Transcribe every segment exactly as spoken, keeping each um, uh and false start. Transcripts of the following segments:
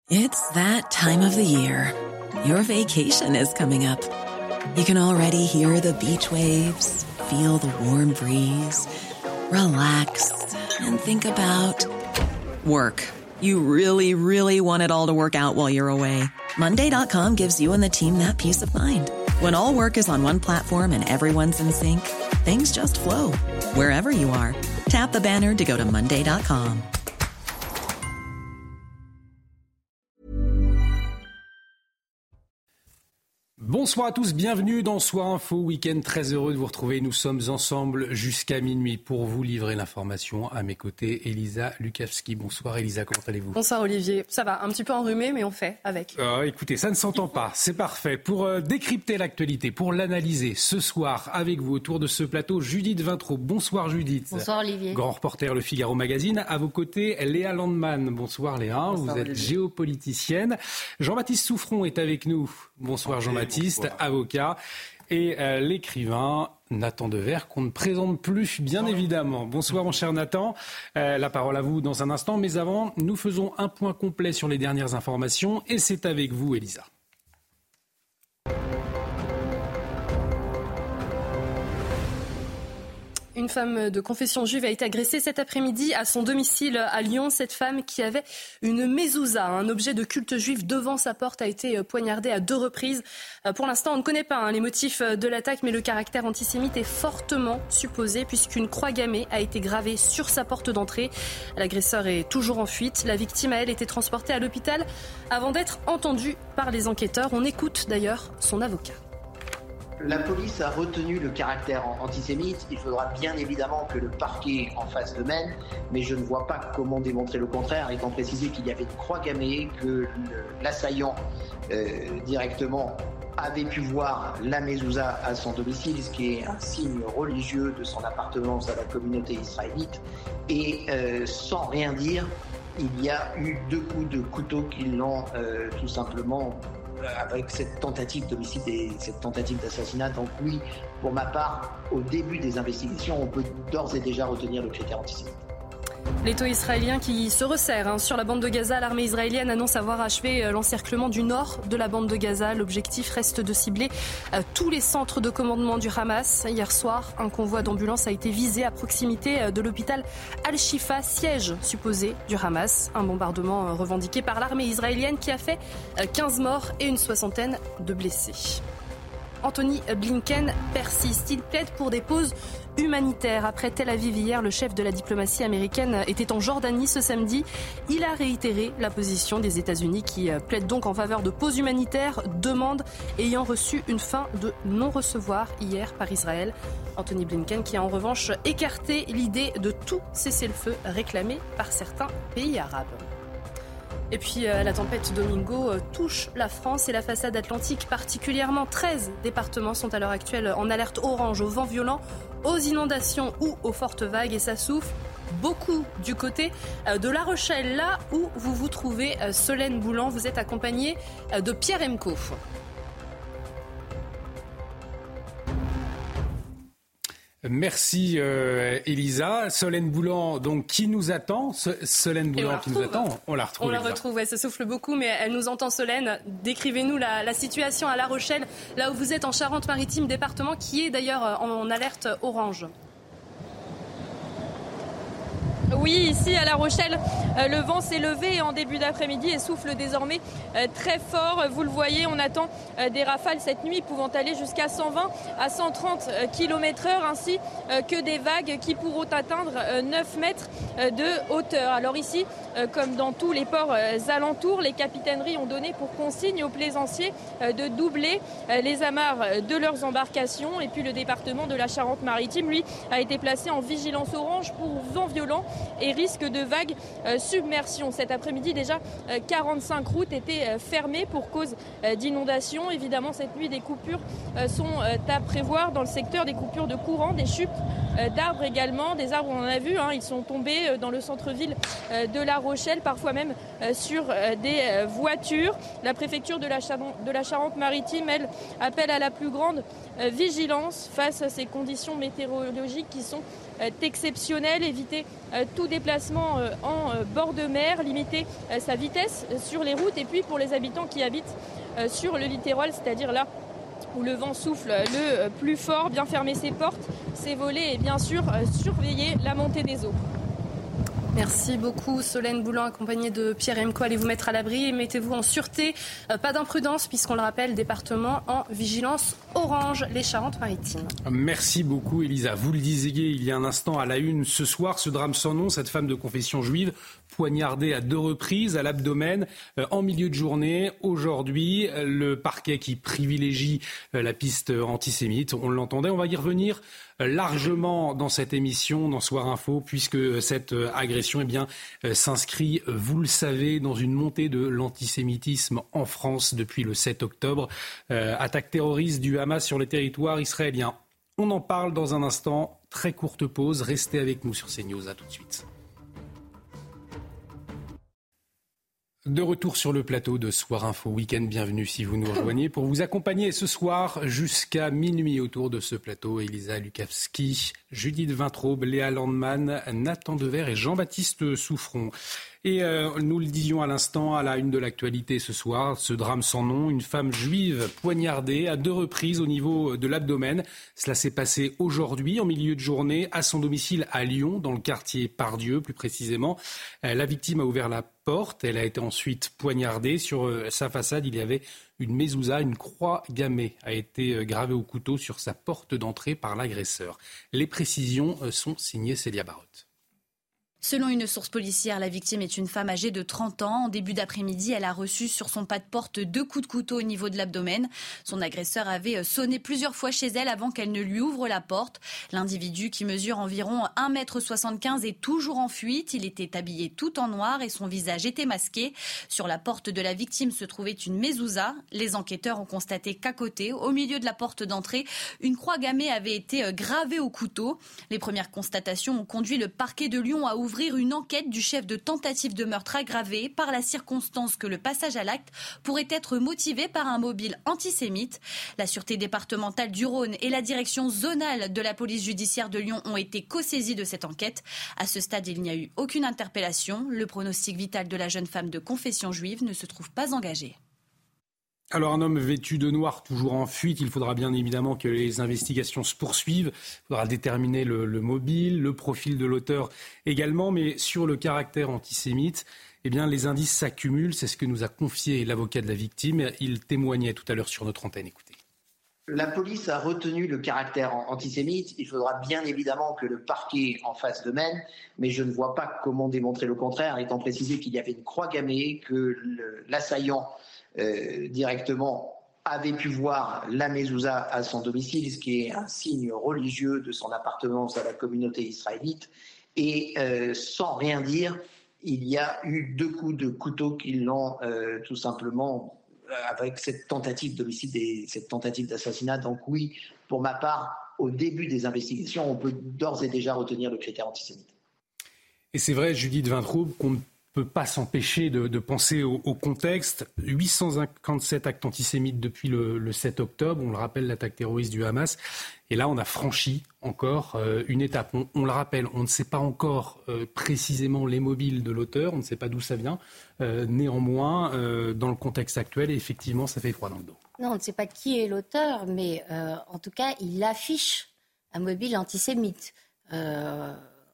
It's that time of the year. Your vacation is coming up. You can already hear the beach waves, feel the warm breeze, relax, and think about work. You really, really want it all to work out while you're away. Monday dot com gives you and the team that peace of mind. When all work is on one platform and everyone's in sync, things just flow. Wherever you are, tap the banner to go to Monday dot com. Bonsoir à tous, bienvenue dans Soir Info Week-end. Très heureux de vous retrouver. Nous sommes ensemble jusqu'à minuit pour vous livrer l'information. À mes côtés, Elisa Lukavski. Bonsoir Elisa, comment allez-vous ? Bonsoir Olivier, ça va, un petit peu enrhumé mais on fait avec. Euh, écoutez, ça ne s'entend pas, c'est parfait. Pour euh, décrypter l'actualité, pour l'analyser ce soir avec vous autour de ce plateau, Judith Vintraud. Bonsoir Judith. Bonsoir Olivier. Grand reporter Le Figaro Magazine. À vos côtés, Léa Landman. Bonsoir Léa, bonsoir, vous êtes Olivier. Géopoliticienne. Jean-Baptiste Souffron est avec nous. Bonsoir Jean-Baptiste, bonsoir. Avocat. Et euh, l'écrivain Nathan Dever, qu'on ne présente plus, bien bonsoir. Évidemment. Bonsoir mon cher Nathan. Euh, la parole à vous dans un instant. Mais avant, nous faisons un point complet sur les dernières informations. Et c'est avec vous, Elisa. Une femme de confession juive a été agressée cet après-midi à son domicile à Lyon. Cette femme qui avait une mezouza, un objet de culte juif devant sa porte, a été poignardée à deux reprises. Pour l'instant, on ne connaît pas hein, les motifs de l'attaque, mais le caractère antisémite est fortement supposé puisqu'une croix gammée a été gravée sur sa porte d'entrée. L'agresseur est toujours en fuite. La victime a, elle, été transportée à l'hôpital avant d'être entendue par les enquêteurs. On écoute d'ailleurs son avocat. La police a retenu le caractère antisémite. Il faudra bien évidemment que le parquet en fasse de même, mais je ne vois pas comment démontrer le contraire, étant précisé qu'il y avait une croix gammée, que l'assaillant euh, directement avait pu voir la mezouza à son domicile, ce qui est un signe religieux de son appartenance à la communauté israélite, et euh, sans rien dire, il y a eu deux coups de couteau qui l'ont euh, tout simplement avec cette tentative d'homicide et cette tentative d'assassinat. Donc oui, pour ma part, au début des investigations, on peut d'ores et déjà retenir le critère antisémite. L'étau israélien qui se resserre hein, sur la bande de Gaza. L'armée israélienne annonce avoir achevé l'encerclement du nord de la bande de Gaza. L'objectif reste de cibler euh, tous les centres de commandement du Hamas. Hier soir, un convoi d'ambulance a été visé à proximité de l'hôpital Al-Shifa, siège supposé du Hamas. Un bombardement revendiqué par l'armée israélienne qui a fait quinze morts et une soixantaine de blessés. Anthony Blinken persiste. Il plaide pour des pauses humanitaires. Après Tel Aviv hier, le chef de la diplomatie américaine était en Jordanie ce samedi. Il a réitéré la position des États-Unis qui plaident donc en faveur de pauses humanitaires, demande ayant reçu une fin de non-recevoir hier par Israël. Anthony Blinken qui a en revanche écarté l'idée de tout cessez-le-feu réclamé par certains pays arabes. Et puis euh, la tempête Domingo euh, touche la France et la façade atlantique particulièrement. treize départements sont à l'heure actuelle en alerte orange au vent violent, aux inondations ou aux fortes vagues, et ça souffle beaucoup du côté euh, de La Rochelle, là où vous vous trouvez. euh, Solène Boulan, vous êtes accompagnée euh, de Pierre Emco. Merci euh, Elisa. Solène Boulan, donc qui nous attend Solène Boulan qui nous attend, on la retrouve. On la retrouve, ouais, ça souffle beaucoup, mais elle nous entend. Solène, décrivez-nous la, la situation à La Rochelle, là où vous êtes en Charente-Maritime, département qui est d'ailleurs en, en alerte orange. Oui, ici à La Rochelle, euh, le vent s'est levé en début d'après-midi et souffle désormais euh, très fort. Vous le voyez, on attend euh, des rafales cette nuit pouvant aller jusqu'à cent vingt à cent trente kilomètres heure, ainsi euh, que des vagues qui pourront atteindre euh, neuf mètres euh, de hauteur. Alors ici, euh, comme dans tous les ports euh, alentours, les capitaineries ont donné pour consigne aux plaisanciers euh, de doubler euh, les amarres de leurs embarcations. Et puis le département de la Charente-Maritime, lui, a été placé en vigilance orange pour vent violent et risque de vagues euh, submersion. Cet après-midi, déjà, euh, quarante-cinq routes étaient euh, fermées pour cause euh, d'inondations. Évidemment, cette nuit, des coupures euh, sont euh, à prévoir dans le secteur, des coupures de courant, des chutes euh, d'arbres également. Des arbres, on en a vu, hein, ils sont tombés euh, dans le centre-ville euh, de La Rochelle, parfois même euh, sur euh, des euh, voitures. La préfecture de la, Char- de la Charente-Maritime, elle, appelle à la plus grande euh, vigilance face à ces conditions météorologiques qui sont exceptionnel, éviter tout déplacement en bord de mer, limiter sa vitesse sur les routes et puis pour les habitants qui habitent sur le littoral, c'est-à-dire là où le vent souffle le plus fort, bien fermer ses portes, ses volets et bien sûr surveiller la montée des eaux. Merci beaucoup Solène Boulan, accompagnée de Pierre Emco. Allez vous mettre à l'abri et mettez-vous en sûreté. Euh, pas d'imprudence puisqu'on le rappelle, département en vigilance orange, les Charentes-Maritimes. Merci beaucoup Elisa. Vous le disiez il y a un instant à la une ce soir, ce drame sans nom, cette femme de confession juive poignardée à deux reprises à l'abdomen euh, en milieu de journée. Aujourd'hui, le parquet qui privilégie euh, la piste antisémite, on l'entendait, on va y revenir largement dans cette émission, dans Soir Info, puisque cette agression eh bien, s'inscrit, vous le savez, dans une montée de l'antisémitisme en France depuis le sept octobre. Euh, attaque terroriste du Hamas sur le territoire israélien. On en parle dans un instant. Très courte pause. Restez avec nous sur CNews. À tout de suite. De retour sur le plateau de Soir Info Week-end, bienvenue si vous nous rejoignez pour vous accompagner ce soir jusqu'à minuit autour de ce plateau. Elisa Lukavski, Judith Vintraube, Léa Landman, Nathan Dever et Jean-Baptiste Souffron. Et euh, nous le disions à l'instant, à la une de l'actualité ce soir, ce drame sans nom, une femme juive poignardée à deux reprises au niveau de l'abdomen. Cela s'est passé aujourd'hui en milieu de journée à son domicile à Lyon, dans le quartier Pardieu plus précisément. Euh, la victime a ouvert la porte, elle a été ensuite poignardée. Sur euh, sa façade, il y avait une mezouza, une croix gammée a été euh, gravée au couteau sur sa porte d'entrée par l'agresseur. Les précisions euh, sont signées Célia Barotte. Selon une source policière, la victime est une femme âgée de trente ans. En début d'après-midi, elle a reçu sur son pas de porte deux coups de couteau au niveau de l'abdomen. Son agresseur avait sonné plusieurs fois chez elle avant qu'elle ne lui ouvre la porte. L'individu, qui mesure environ un mètre soixante-quinze, est toujours en fuite. Il était habillé tout en noir et son visage était masqué. Sur la porte de la victime se trouvait une mezouza. Les enquêteurs ont constaté qu'à côté, au milieu de la porte d'entrée, une croix gammée avait été gravée au couteau. Les premières constatations ont conduit le parquet de Lyon à ouvrir ouvrir une enquête du chef de tentative de meurtre aggravée par la circonstance que le passage à l'acte pourrait être motivé par un mobile antisémite. La Sûreté départementale du Rhône et la direction zonale de la police judiciaire de Lyon ont été co-saisies de cette enquête. À ce stade, il n'y a eu aucune interpellation. Le pronostic vital de la jeune femme de confession juive ne se trouve pas engagé. Alors un homme vêtu de noir, toujours en fuite, il faudra bien évidemment que les investigations se poursuivent, il faudra déterminer le, le mobile, le profil de l'auteur également, mais sur le caractère antisémite, eh bien les indices s'accumulent, c'est ce que nous a confié l'avocat de la victime, il témoignait tout à l'heure sur notre antenne, écoutez. La police a retenu le caractère antisémite. Il faudra bien évidemment que le parquet en fasse de même, mais je ne vois pas comment démontrer le contraire, étant précisé qu'il y avait une croix gammée, que le, l'assaillant euh, directement avait pu voir la mezouza à son domicile, ce qui est un signe religieux de son appartenance à la communauté israélite, et euh, sans rien dire, il y a eu deux coups de couteau qui l'ont euh, tout simplement avec cette tentative d'homicide et cette tentative d'assassinat. Donc oui, pour ma part, au début des investigations, on peut d'ores et déjà retenir le critère antisémite. Et c'est vrai, Judith Vintraube, qu'on ne peut pas s'empêcher de, de penser au, au contexte. huit cent cinquante-sept actes antisémites depuis le, le sept octobre, on le rappelle, l'attaque terroriste du Hamas. Et là, on a franchi encore euh, une étape. On, on le rappelle, on ne sait pas encore euh, précisément les mobiles de l'auteur, on ne sait pas d'où ça vient. Euh, néanmoins, euh, dans le contexte actuel, effectivement, ça fait froid dans le dos. Non, on ne sait pas qui est l'auteur, mais euh, en tout cas, il affiche un mobile antisémite. Euh,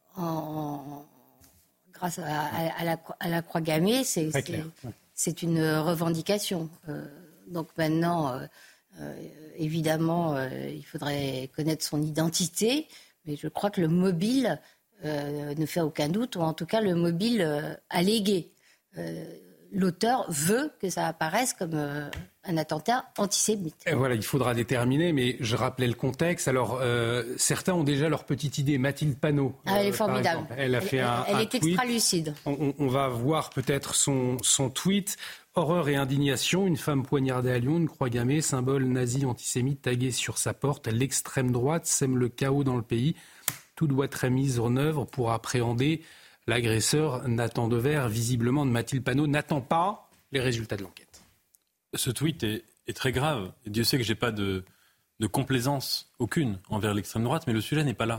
en, grâce à, à, à, la, à la croix gammée, c'est, c'est, ouais. c'est une revendication. Euh, donc maintenant... Euh, Euh, évidemment, euh, il faudrait connaître son identité, mais je crois que le mobile euh, ne fait aucun doute, ou en tout cas le mobile euh, allégué. Euh, l'auteur veut que ça apparaisse comme euh, un attentat antisémite. Et voilà, il faudra déterminer, mais je rappelais le contexte. Alors, euh, certains ont déjà leur petite idée. Mathilde Panot, ah, elle est euh, formidable. Elle a fait elle, un, elle un est tweet. extra lucide. On, on va voir peut-être son, son tweet. Horreur et indignation, une femme poignardée à Lyon, une croix gammée, symbole nazi antisémite tagué sur sa porte. L'extrême droite sème le chaos dans le pays. Tout doit être mis en œuvre pour appréhender l'agresseur. Nathan Dever, visiblement de Mathilde Panot, n'attend pas les résultats de l'enquête. Ce tweet est, est très grave. Et Dieu sait que je n'ai pas de, de complaisance aucune envers l'extrême droite, mais le sujet n'est pas là.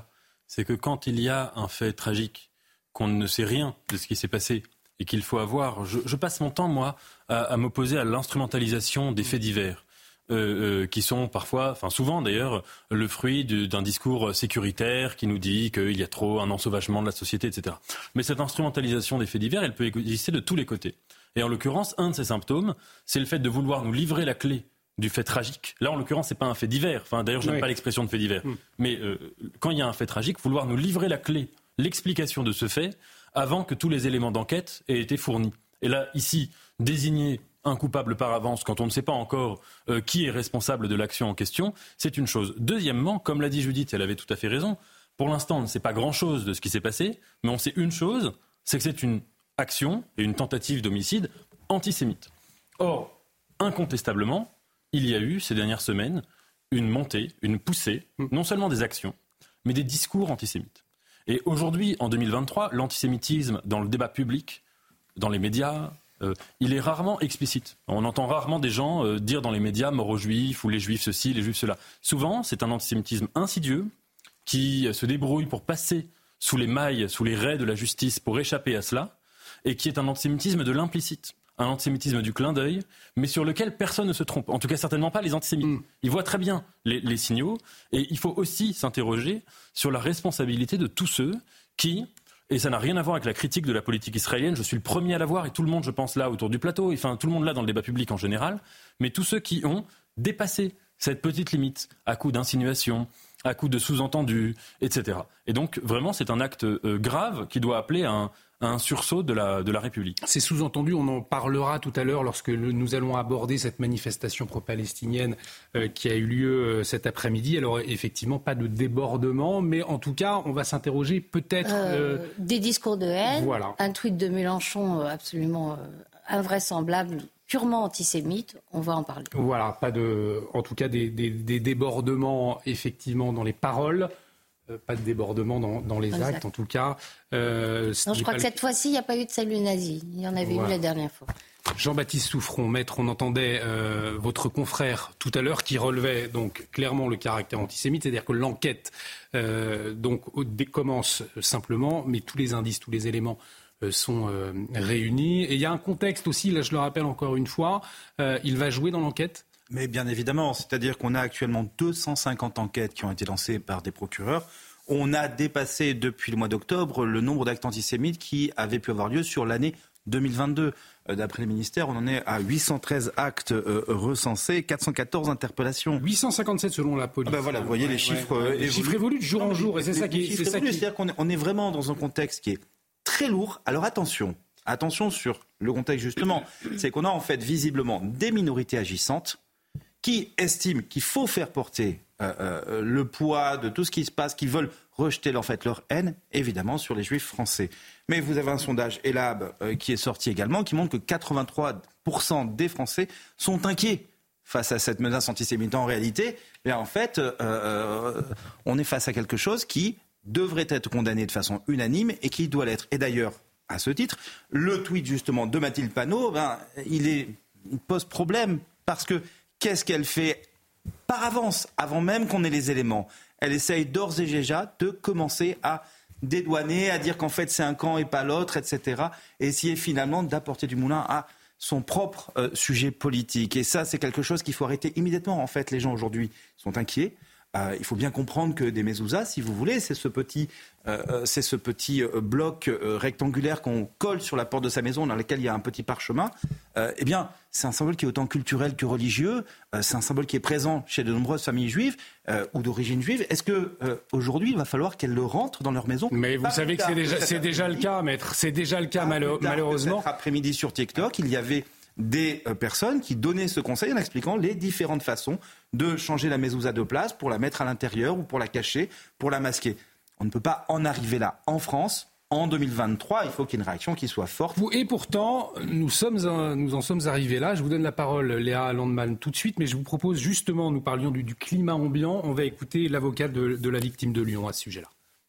c'est que quand il y a un fait tragique, qu'on ne sait rien de ce qui s'est passé et qu'il faut avoir... Je, je passe mon temps, moi, à, à m'opposer à l'instrumentalisation des faits divers. Euh, euh, qui sont parfois, enfin souvent d'ailleurs, le fruit de, d'un discours sécuritaire qui nous dit qu'il y a trop un ensauvagement de la société, et cetera. Mais cette instrumentalisation des faits divers, elle peut exister de tous les côtés. Et en l'occurrence, un de ces symptômes, c'est le fait de vouloir nous livrer la clé du fait tragique. Là, en l'occurrence, c'est pas un fait divers. Enfin, d'ailleurs, je n'aime oui. pas l'expression de fait divers. Mm. Mais euh, quand il y a un fait tragique, vouloir nous livrer la clé, l'explication de ce fait, avant que tous les éléments d'enquête aient été fournis. Et là, ici, désigner un coupable par avance, quand on ne sait pas encore euh, qui est responsable de l'action en question, c'est une chose. Deuxièmement, comme l'a dit Judith, elle avait tout à fait raison, pour l'instant, on ne sait pas grand-chose de ce qui s'est passé, mais on sait une chose, c'est que c'est une action et une tentative d'homicide antisémite. Or, incontestablement, il y a eu, ces dernières semaines, une montée, une poussée, non seulement des actions, mais des discours antisémites. Et aujourd'hui, en deux mille vingt-trois, l'antisémitisme dans le débat public, dans les médias, Euh, il est rarement explicite. On entend rarement des gens euh, dire dans les médias mort aux juifs ou les juifs ceci, les juifs cela. Souvent, c'est un antisémitisme insidieux qui euh, se débrouille pour passer sous les mailles, sous les raies de la justice pour échapper à cela, et qui est un antisémitisme de l'implicite, un antisémitisme du clin d'œil, mais sur lequel personne ne se trompe. En tout cas, certainement pas les antisémites. Mm. Ils voient très bien les, les signaux, et il faut aussi s'interroger sur la responsabilité de tous ceux qui... Et ça n'a rien à voir avec la critique de la politique israélienne. Je suis le premier à la voir et tout le monde, je pense, là, autour du plateau, enfin tout le monde là dans le débat public en général, mais tous ceux qui ont dépassé cette petite limite à coup d'insinuations, à coup de sous-entendus, et cetera. Et donc, vraiment, c'est un acte euh, grave qui doit appeler à un, à un sursaut de la, de la République. Ces sous-entendus, on en parlera tout à l'heure lorsque le, nous allons aborder cette manifestation pro-palestinienne euh, qui a eu lieu euh, cet après-midi. Alors, effectivement, pas de débordement, mais en tout cas, on va s'interroger peut-être... Euh, euh, des discours de haine, voilà. Un tweet de Mélenchon euh, absolument euh, invraisemblable, purement antisémite, on va en parler. Voilà, pas de, en tout cas des, des, des débordements effectivement dans les paroles, euh, pas de débordements dans, dans les exact. actes en tout cas. Euh, non, je crois que le... cette fois-ci, il n'y a pas eu de salut nazi. Il y en avait voilà. eu la dernière fois. Jean-Baptiste Souffron, maître, on entendait euh, votre confrère tout à l'heure qui relevait donc clairement le caractère antisémite, c'est-à-dire que l'enquête euh, donc commence simplement, mais tous les indices, tous les éléments sont euh, réunis. Et il y a un contexte aussi, là je le rappelle encore une fois, euh, il va jouer dans l'enquête ? Mais bien évidemment, c'est-à-dire qu'on a actuellement deux cent cinquante enquêtes qui ont été lancées par des procureurs. On a dépassé depuis le mois d'octobre le nombre d'actes antisémites qui avaient pu avoir lieu sur l'année deux mille vingt-deux. Euh, d'après le ministère, on en est à huit cent treize actes euh, recensés, quatre cent quatorze interpellations. huit cent cinquante-sept selon la police. Ah ben voilà, vous voyez ouais, les chiffres ouais, ouais. évoluent. Les chiffres évoluent de jour en jour, et c'est les, ça qui est... C'est ça qui... C'est-à-dire qu'on est, on est vraiment dans un contexte qui est très lourd. Alors attention, attention sur le contexte justement, c'est qu'on a en fait visiblement des minorités agissantes qui estiment qu'il faut faire porter euh, euh, le poids de tout ce qui se passe, qui veulent rejeter en fait leur haine, évidemment, sur les juifs français. Mais vous avez un sondage Elab euh, qui est sorti également, qui montre que quatre-vingt-trois pour cent des Français sont inquiets face à cette menace antisémite. En réalité, et en fait, euh, euh, on est face à quelque chose qui devrait être condamné de façon unanime et qui doit l'être. Et d'ailleurs, à ce titre, le tweet justement de Mathilde Panot, ben, il, est, il pose problème parce que qu'est-ce qu'elle fait par avance, avant même qu'on ait les éléments? Elle essaye d'ores et déjà de commencer à dédouaner, à dire qu'en fait c'est un camp et pas l'autre, et cetera. Et essayer finalement d'apporter du moulin à son propre euh, sujet politique. Et ça, c'est quelque chose qu'il faut arrêter immédiatement. En fait, les gens aujourd'hui sont inquiets. Euh, il faut bien comprendre que des mezuzahs, si vous voulez, c'est ce petit, euh, c'est ce petit euh, bloc euh, rectangulaire qu'on colle sur la porte de sa maison, dans lequel il y a un petit parchemin. Euh, eh bien, c'est un symbole qui est autant culturel que religieux. Euh, c'est un symbole qui est présent chez de nombreuses familles juives euh, ou d'origine juive. Est-ce que euh, aujourd'hui, il va falloir qu'elles le rentrent dans leur maison? Mais vous savez que c'est déjà, c'est déjà le cas, maître. C'est déjà le cas, malheure, malheureusement. Cet après-midi sur TikTok, il y avait des euh, personnes qui donnaient ce conseil en expliquant les différentes façons de changer la mezouza de place pour la mettre à l'intérieur ou pour la cacher, pour la masquer. On ne peut pas en arriver là en France. En deux mille vingt-trois, il faut qu'il y ait une réaction qui soit forte. Et pourtant, nous, sommes un, nous en sommes arrivés là. Je vous donne la parole, Léa Landman, tout de suite. Mais je vous propose justement, nous parlions du, du climat ambiant. On va écouter l'avocat de, de la victime de Lyon à ce sujet-là.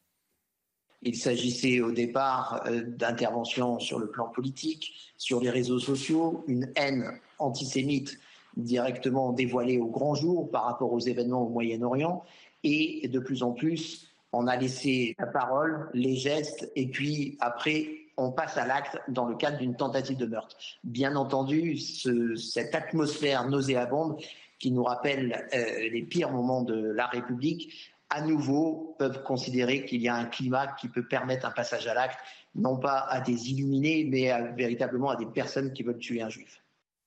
Il s'agissait au départ euh, d'interventions sur le plan politique, sur les réseaux sociaux, une haine antisémite directement dévoilée au grand jour par rapport aux événements au Moyen-Orient, et de plus en plus On a laissé la parole, les gestes, et puis après, on passe à l'acte dans le cadre d'une tentative de meurtre. Bien entendu, ce, cette atmosphère nauséabonde qui nous rappelle euh, les pires moments de la République, à nouveau, peuvent considérer qu'il y a un climat qui peut permettre un passage à l'acte, non pas à des illuminés, mais à, véritablement à des personnes qui veulent tuer un juif.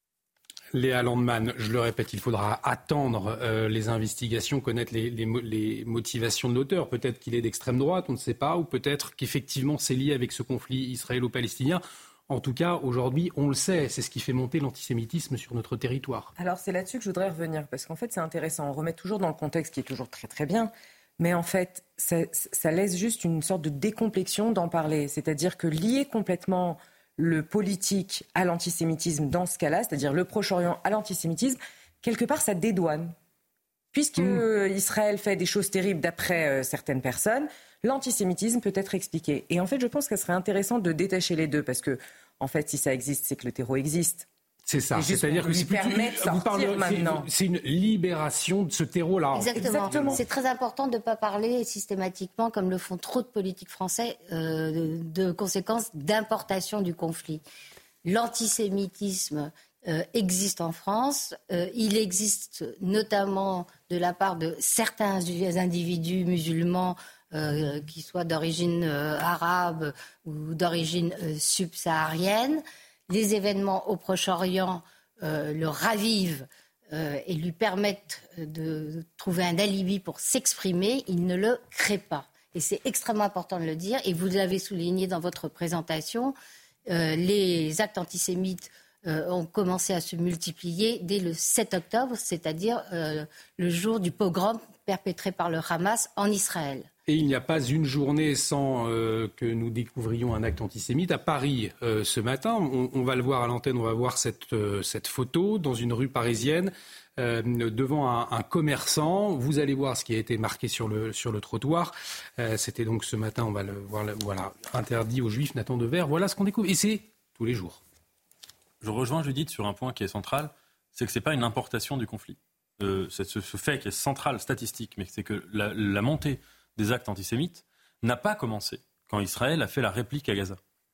Léa Landman, je le répète, il faudra attendre euh, les investigations, connaître les, les, les motivations de l'auteur. Peut-être qu'il est d'extrême droite, on ne sait pas, ou peut-être qu'effectivement c'est lié avec ce conflit israélo-palestinien. En tout cas, aujourd'hui, on le sait, c'est ce qui fait monter l'antisémitisme sur notre territoire. Alors c'est là-dessus que je voudrais revenir, parce qu'en fait c'est intéressant, on remet toujours dans le contexte qui est toujours très très bien, mais en fait ça, ça laisse juste une sorte de décomplexion d'en parler, c'est-à-dire que lier complètement le politique à l'antisémitisme dans ce cas-là, c'est-à-dire le Proche-Orient à l'antisémitisme, quelque part ça dédouane. Puisque mmh. Israël fait des choses terribles d'après euh, certaines personnes, l'antisémitisme peut être expliqué. Et en fait, je pense que ce serait intéressant de détacher les deux, parce que, en fait, si ça existe, c'est que le terreau existe. C'est ça, c'est-à-dire que c'est plutôt, vous parlez, maintenant. C'est, c'est une libération de ce terreau-là. Exactement. Exactement. C'est très important de ne pas parler systématiquement, comme le font trop de politiques français, euh, de, de conséquences d'importation du conflit. L'antisémitisme euh, existe en France. Euh, il existe notamment de la part de certains individus musulmans euh, qui soient d'origine euh, arabe ou d'origine euh, subsaharienne. Les événements au Proche-Orient euh, le ravivent euh, et lui permettent de trouver un alibi pour s'exprimer. Il ne le crée pas. Et c'est extrêmement important de le dire. Et vous l'avez souligné dans votre présentation, euh, les actes antisémites euh, ont commencé à se multiplier dès le sept octobre, c'est-à-dire euh, le jour du pogrom perpétré par le Hamas en Israël. Et il n'y a pas une journée sans euh, que nous découvrions un acte antisémite. À Paris, euh, ce matin, on, on va le voir à l'antenne, on va voir cette, euh, cette photo dans une rue parisienne, euh, devant un, un commerçant. Vous allez voir ce qui a été marqué sur le, sur le trottoir. Euh, c'était donc ce matin, on va le voir, voilà, interdit aux Juifs n'attend de verre. Voilà ce qu'on découvre. Et c'est tous les jours. Je rejoins Judith sur un point qui est central, c'est que ce n'est pas une importation du conflit. Euh, c'est ce, ce fait qui est central, statistique, mais c'est que la, la montée des actes antisémites n'a pas commencé quand Israël a fait la réplique à Gaza.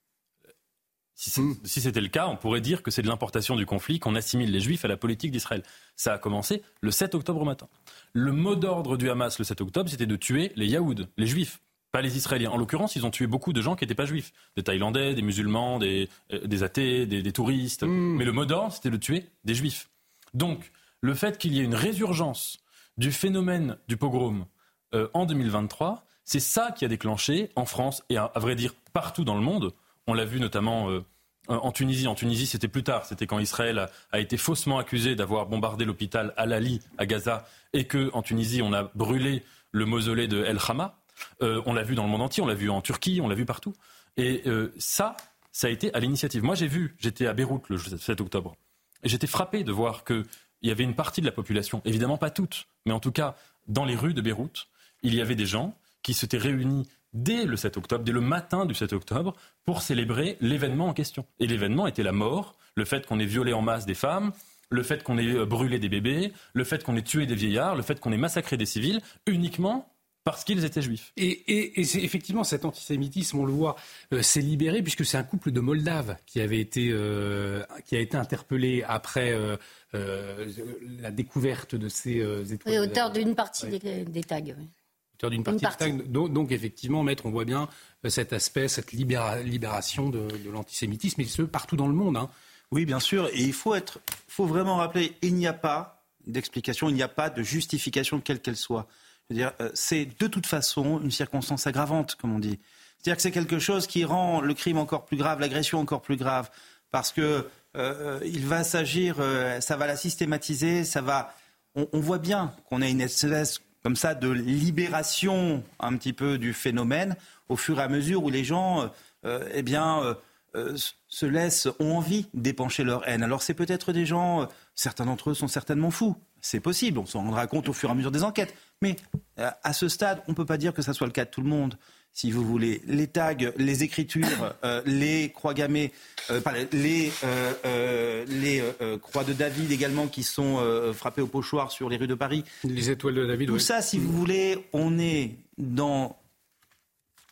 Si, c'est, mmh. si c'était le cas, on pourrait dire que c'est de l'importation du conflit, qu'on assimile les Juifs à la politique d'Israël. Ça a commencé le sept octobre au matin. Le mot d'ordre du Hamas le sept octobre, c'était de tuer les Yaouds, les Juifs, pas les Israéliens. En l'occurrence, ils ont tué beaucoup de gens qui n'étaient pas juifs. Des Thaïlandais, des musulmans, des, euh, des athées, des, des touristes. Mmh. Mais le mot d'ordre, c'était de tuer des Juifs. Donc, le fait qu'il y ait une résurgence du phénomène du pogrom Euh, en deux mille vingt-trois, c'est ça qui a déclenché en France et à, à vrai dire partout dans le monde. On l'a vu notamment euh, en Tunisie. En Tunisie, c'était plus tard. C'était quand Israël a, a été faussement accusé d'avoir bombardé l'hôpital Al-Ali à Gaza et qu'en Tunisie, on a brûlé le mausolée de El Hama. Euh, on l'a vu dans le monde entier, on l'a vu en Turquie, on l'a vu partout. Et euh, ça, ça a été à l'initiative. Moi, j'ai vu, j'étais à Beyrouth le sept octobre, et j'étais frappé de voir qu'il y avait une partie de la population, évidemment pas toute, mais en tout cas dans les rues de Beyrouth, il y avait des gens qui s'étaient réunis dès le sept octobre, dès le matin du sept octobre, pour célébrer l'événement en question. Et l'événement était la mort, le fait qu'on ait violé en masse des femmes, le fait qu'on ait brûlé des bébés, le fait qu'on ait tué des vieillards, le fait qu'on ait massacré des civils, uniquement parce qu'ils étaient juifs. Et, et, et c'est effectivement cet antisémitisme, on le voit, euh, s'est libéré puisque c'est un couple de Moldaves qui avait été, euh, qui a été interpellé après euh, euh, la découverte de ces euh, étoiles. Oui, auteur d'une partie ouais. des, des tags. Oui. Auteur d'une partie, partie. des tags. Donc, donc effectivement, maître, on voit bien euh, cet aspect, cette libéra- libération de, de l'antisémitisme, et ce partout dans le monde. Hein. Oui, bien sûr. Et il faut être, faut vraiment rappeler, il n'y a pas d'explication, il n'y a pas de justification quelle qu'elle soit. Je veux dire, c'est de toute façon une circonstance aggravante, comme on dit. C'est-à-dire que c'est quelque chose qui rend le crime encore plus grave, l'agression encore plus grave, parce que euh, il va s'agir, euh, ça va la systématiser, ça va. On, on voit bien qu'on a une espèce comme ça de libération un petit peu du phénomène au fur et à mesure où les gens, euh, eh bien, euh, euh, se laissent, ont envie d'épancher leur haine. Alors c'est peut-être des gens, euh, certains d'entre eux sont certainement fous. C'est possible, on s'en rendra compte au fur et à mesure des enquêtes. Mais euh, à ce stade, on ne peut pas dire que ça soit le cas de tout le monde. Si vous voulez, les tags, les écritures, euh, les croix gammées, euh, les, euh, euh, les euh, croix de David également qui sont euh, frappées au pochoir sur les rues de Paris. Les étoiles de David. Tout oui. ça, si vous voulez, on est dans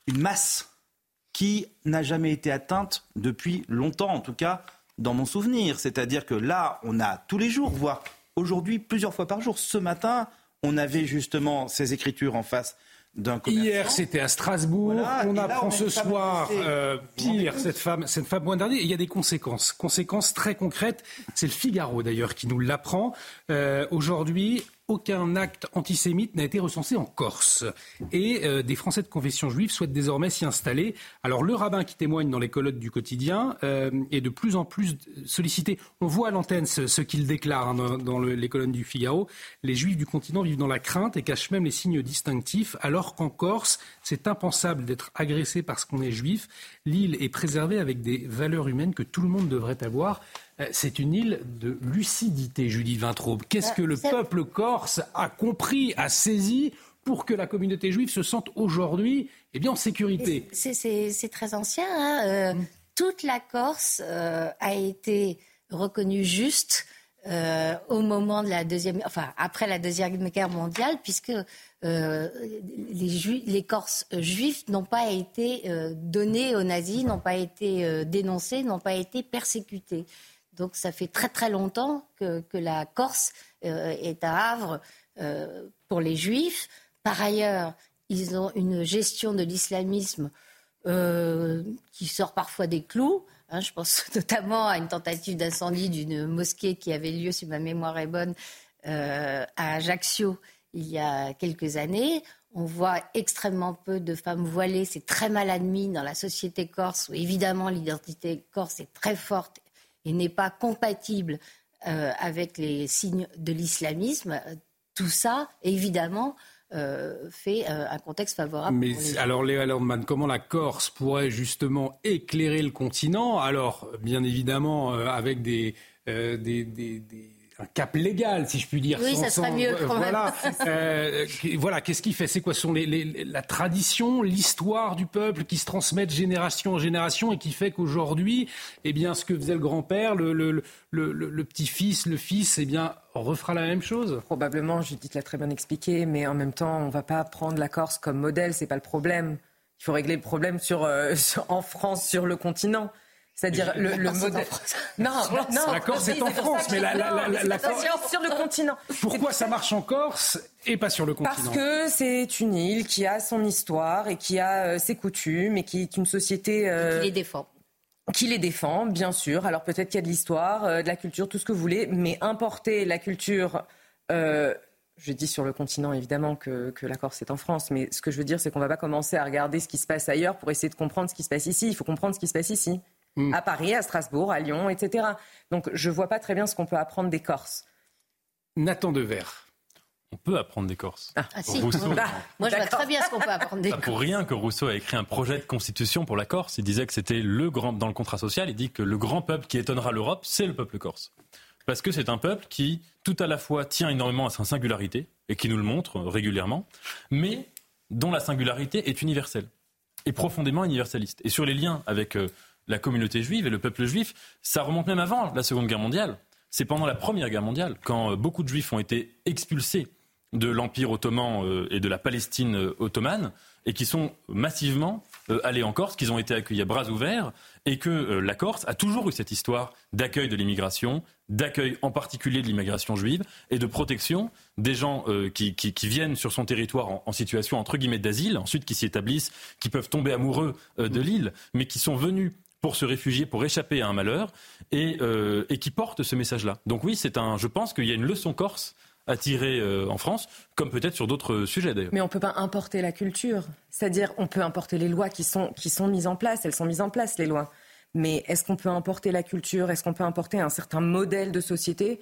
une masse qui n'a jamais été atteinte depuis longtemps, en tout cas dans mon souvenir. C'est-à-dire que là, on a tous les jours, voire aujourd'hui plusieurs fois par jour. Ce matin, on avait justement ces écritures en face d'un commerçant. Hier, c'était à Strasbourg. Voilà, on là, apprend on ce soir, euh, pire, cette femme, cette femme moins dernier. Il y a des conséquences, conséquences très concrètes. C'est le Figaro d'ailleurs qui nous l'apprend. Euh, aujourd'hui, aucun acte antisémite n'a été recensé en Corse. Et euh, des Français de confession juive souhaitent désormais s'y installer. Alors le rabbin qui témoigne dans les colonnes du quotidien euh, est de plus en plus sollicité. On voit à l'antenne ce, ce qu'il déclare hein, dans, dans le, les colonnes du Figaro. Les juifs du continent vivent dans la crainte et cachent même les signes distinctifs, alors qu'en Corse, c'est impensable d'être agressé parce qu'on est juif. L'île est préservée avec des valeurs humaines que tout le monde devrait avoir. C'est une île de lucidité, Judith Vintraube. Qu'est-ce que le peuple corse a compris, a saisi pour que la communauté juive se sente aujourd'hui eh bien, en sécurité? C'est, c'est, c'est très ancien. Hein euh, mmh. Toute la Corse euh, a été reconnue juste euh, au moment de la deuxième, enfin après la deuxième guerre mondiale, puisque euh, les, Juifs, les Corses juifs n'ont pas été euh, donnés aux nazis, n'ont pas été euh, dénoncés, n'ont pas été persécutés. Donc ça fait très très longtemps que, que la Corse euh, est un havre euh, pour les Juifs. Par ailleurs, ils ont une gestion de l'islamisme euh, qui sort parfois des clous. Hein, je pense notamment à une tentative d'incendie d'une mosquée qui avait lieu, si ma mémoire est bonne, euh, à Ajaccio il y a quelques années. On voit extrêmement peu de femmes voilées. C'est très mal admis dans la société corse, où évidemment l'identité corse est très forte et n'est pas compatible euh, avec les signes de l'islamisme. Tout ça, évidemment, euh, fait euh, un contexte favorable. Mais pour les... alors, Léa Landman, comment la Corse pourrait justement éclairer le continent? Alors, bien évidemment, euh, avec des, euh, des, des, des... un cap légal, si je puis dire. Oui, sans, ça serait sans, mieux quand voilà. même. euh, voilà, qu'est-ce qu'il fait? C'est quoi? Ce sont les, les, la tradition, l'histoire du peuple qui se transmettent génération en génération et qui fait qu'aujourd'hui, eh bien, ce que faisait le grand-père, le, le, le, le, le petit-fils, le fils, eh bien, refera la même chose? Probablement, Judith l'a très bien expliqué, mais en même temps, on ne va pas prendre la Corse comme modèle, c'est pas le problème. Il faut régler le problème sur, euh, sur, en France, sur le continent. C'est-à-dire le, le modèle. Non, non, la Corse est en France, mais la, la, la, la Corse sur le continent. Pourquoi ça marche en Corse et pas sur le continent? Parce que c'est une île qui a son histoire et qui a euh, ses coutumes et qui est une société euh, qui les défend. Qui les défend, bien sûr. Alors peut-être qu'il y a de l'histoire, euh, de la culture, tout ce que vous voulez, mais importer la culture. Euh, Je dis sur le continent, évidemment, que, que la Corse est en France, mais ce que je veux dire, c'est qu'on ne va pas commencer à regarder ce qui se passe ailleurs pour essayer de comprendre ce qui se passe ici. Il faut comprendre ce qui se passe ici. Mmh. À Paris, à Strasbourg, à Lyon, et cetera. Donc je ne vois pas très bien ce qu'on peut apprendre des Corses. Nathan Devers. On peut apprendre des Corses. Ah, ah si, Rousseau, bah, moi je vois très bien ce qu'on peut apprendre des Corses. Pour rien que Rousseau a écrit un projet de constitution pour la Corse. Il disait que c'était le grand, dans le contrat social, il dit que le grand peuple qui étonnera l'Europe, c'est le peuple corse. Parce que c'est un peuple qui, tout à la fois, tient énormément à sa singularité, et qui nous le montre régulièrement, mais dont la singularité est universelle, et profondément universaliste. Et sur les liens avec euh, la communauté juive et le peuple juif, ça remonte même avant la Seconde Guerre mondiale. C'est pendant la Première Guerre mondiale, quand euh, beaucoup de juifs ont été expulsés de l'Empire ottoman euh, et de la Palestine euh, ottomane, et qui sont massivement euh, allés en Corse, qu'ils ont été accueillis à bras ouverts, et que euh, la Corse a toujours eu cette histoire d'accueil de l'immigration, d'accueil en particulier de l'immigration juive, et de protection des gens euh, qui, qui, qui viennent sur son territoire en, en situation entre guillemets d'asile, ensuite qui s'y établissent, qui peuvent tomber amoureux euh, de l'île, mais qui sont venus pour se réfugier, pour échapper à un malheur, et, euh, et qui portent ce message-là. Donc oui, c'est un, je pense qu'il y a une leçon corse à tirer euh, en France, comme peut-être sur d'autres sujets d'ailleurs. Mais on ne peut pas importer la culture. C'est-à-dire, on peut importer les lois qui sont, qui sont mises en place. Elles sont mises en place, les lois. Mais est-ce qu'on peut importer la culture? Est-ce qu'on peut importer un certain modèle de société?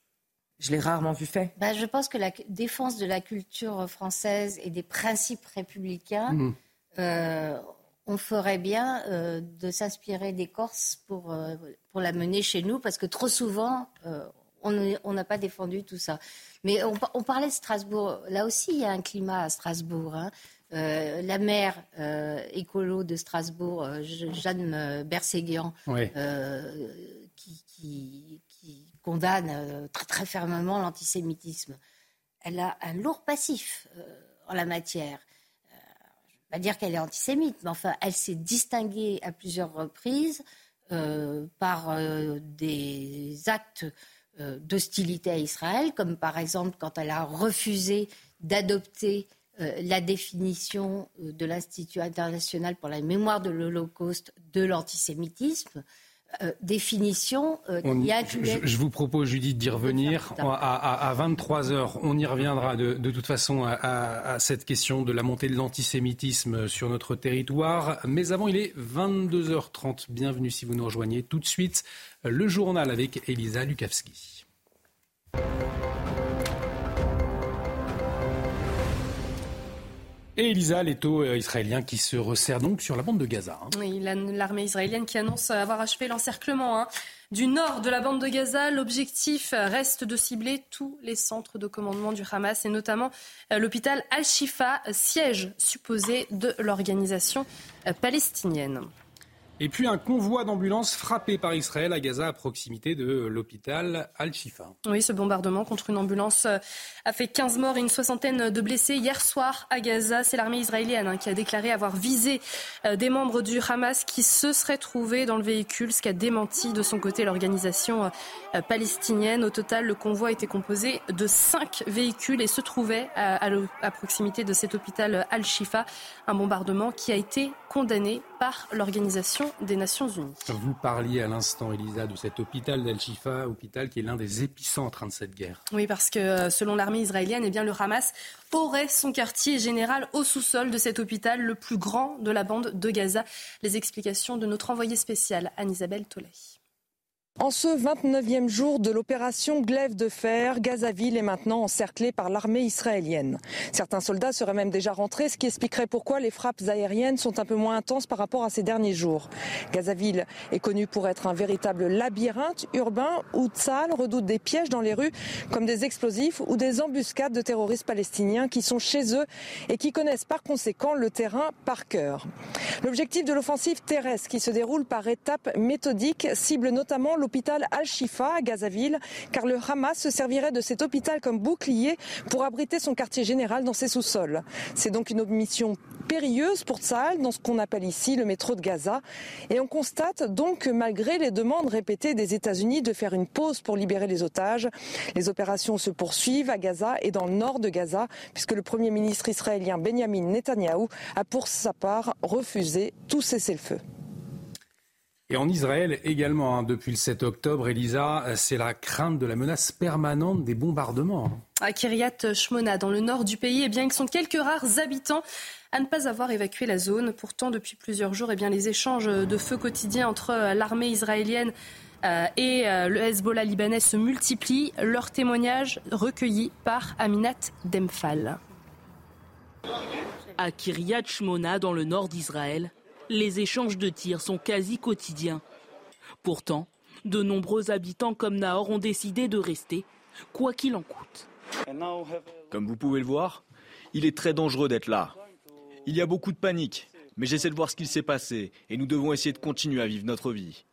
Je l'ai rarement vu fait. Bah, je pense que la défense de la culture française et des principes républicains, mmh. euh, on ferait bien euh, de s'inspirer des Corses pour, euh, pour la mener chez nous, parce que trop souvent, euh, on n'a pas défendu tout ça. Mais on, on parlait de Strasbourg. Là aussi, il y a un climat à Strasbourg. Hein. Euh, la maire euh, écolo de Strasbourg, euh, Jeanne Berséguian, oui. euh, qui, qui, qui condamne euh, très, très fermement l'antisémitisme. Elle a un lourd passif euh, en la matière. Euh, pas dire qu'elle est antisémite, mais enfin, elle s'est distinguée à plusieurs reprises euh, par euh, des actes euh, d'hostilité à Israël, comme par exemple quand elle a refusé d'adopter euh, la définition euh, de l'Institut international pour la mémoire de l'Holocauste de l'antisémitisme. Euh, définition euh, on, qui a... je, je vous propose, Judith, d'y revenir. À, à, à vingt-trois heures, on y reviendra de, de toute façon à, à, à cette question de la montée de l'antisémitisme sur notre territoire. Mais avant, il est vingt-deux heures trente. Bienvenue si vous nous rejoignez. Tout de suite, le journal avec Elisa Lukavski. Et Elisa, les taux israéliens qui se resserrent donc sur la bande de Gaza. Hein. Oui, l'armée israélienne qui annonce avoir achevé l'encerclement hein, du nord de la bande de Gaza. L'objectif reste de cibler tous les centres de commandement du Hamas et notamment l'hôpital Al-Shifa, siège supposé de l'organisation palestinienne. Et puis un convoi d'ambulances frappé par Israël à Gaza à proximité de l'hôpital Al-Shifa. Oui, ce bombardement contre une ambulance a fait quinze morts et une soixantaine de blessés hier soir à Gaza. C'est l'armée israélienne hein, qui a déclaré avoir visé euh, des membres du Hamas qui se seraient trouvés dans le véhicule, ce qu'a démenti de son côté l'organisation euh, palestinienne. Au total, le convoi était composé de cinq véhicules et se trouvait à, à, à proximité de cet hôpital Al-Shifa. Un bombardement qui a été condamné par l'organisation des Nations Unies. Vous parliez à l'instant, Elisa, de cet hôpital d'Al-Shifa, hôpital qui est l'un des épicentres de cette guerre. Oui, parce que selon l'armée israélienne, eh bien, le Hamas aurait son quartier général au sous-sol de cet hôpital, le plus grand de la bande de Gaza. Les explications de notre envoyée spéciale, Anne-Isabelle Tollet. En ce vingt-neuvième jour de l'opération Glaive de fer, Gazaville est maintenant encerclée par l'armée israélienne. Certains soldats seraient même déjà rentrés, ce qui expliquerait pourquoi les frappes aériennes sont un peu moins intenses par rapport à ces derniers jours. Gazaville est connue pour être un véritable labyrinthe urbain où Tsahal redoute des pièges dans les rues comme des explosifs ou des embuscades de terroristes palestiniens qui sont chez eux et qui connaissent par conséquent le terrain par cœur. L'objectif de l'offensive terrestre qui se déroule par étapes méthodiques cible notamment l'hôpital Al-Shifa à Gazaville, car le Hamas se servirait de cet hôpital comme bouclier pour abriter son quartier général dans ses sous-sols. C'est donc une mission périlleuse pour Tsahal dans ce qu'on appelle ici le métro de Gaza. Et on constate donc que malgré les demandes répétées des États-Unis de faire une pause pour libérer les otages, les opérations se poursuivent à Gaza et dans le nord de Gaza, puisque le Premier ministre israélien Benjamin Netanyahou a pour sa part refusé tout cessez-le-feu. Et en Israël également, hein, depuis le sept octobre, Elisa, c'est la crainte de la menace permanente des bombardements. À Kiryat Shmona, dans le nord du pays, eh bien, ils sont quelques rares habitants à ne pas avoir évacué la zone. Pourtant, depuis plusieurs jours, eh bien, les échanges de feu quotidiens entre l'armée israélienne euh, et euh, le Hezbollah libanais se multiplient. Leur témoignage recueilli par Aminat Demphal. À Kiryat Shmona, dans le nord d'Israël, les échanges de tirs sont quasi quotidiens. Pourtant, de nombreux habitants comme Nahor ont décidé de rester, quoi qu'il en coûte. Comme vous pouvez le voir, il est très dangereux d'être là. Il y a beaucoup de panique, mais j'essaie de voir ce qu'il s'est passé et nous devons essayer de continuer à vivre notre vie.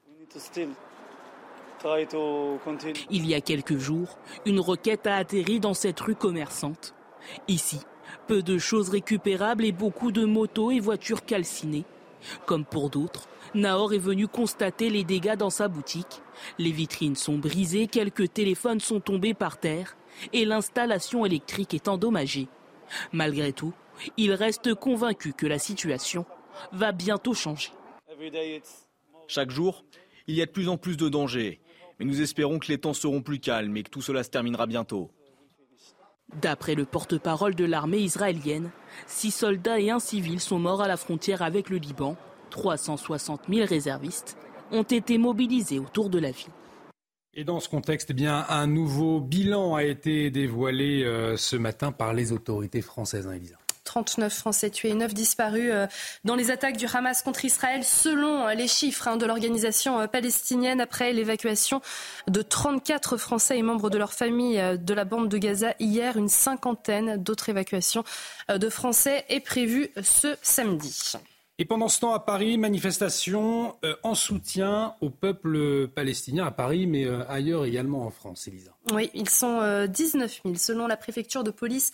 Il y a quelques jours, une roquette a atterri dans cette rue commerçante. Ici, peu de choses récupérables et beaucoup de motos et voitures calcinées. Comme pour d'autres, Nahor est venu constater les dégâts dans sa boutique. Les vitrines sont brisées, quelques téléphones sont tombés par terre et l'installation électrique est endommagée. Malgré tout, il reste convaincu que la situation va bientôt changer. Chaque jour, il y a de plus en plus de dangers, mais nous espérons que les temps seront plus calmes et que tout cela se terminera bientôt. D'après le porte-parole de l'armée israélienne, six soldats et un civil sont morts à la frontière avec le Liban. trois cent soixante mille réservistes ont été mobilisés autour de la ville. Et dans ce contexte, eh bien, un nouveau bilan a été dévoilé euh, ce matin par les autorités françaises, hein, Elisa. trente-neuf Français tués et neuf disparus dans les attaques du Hamas contre Israël, selon les chiffres de l'organisation palestinienne, après l'évacuation de trente-quatre Français et membres de leur famille de la bande de Gaza hier. Une cinquantaine d'autres évacuations de Français est prévue ce samedi. Et pendant ce temps, à Paris, manifestation en soutien au peuple palestinien, à Paris, mais ailleurs également en France, Elisa. Oui, ils sont dix-neuf mille selon la préfecture de police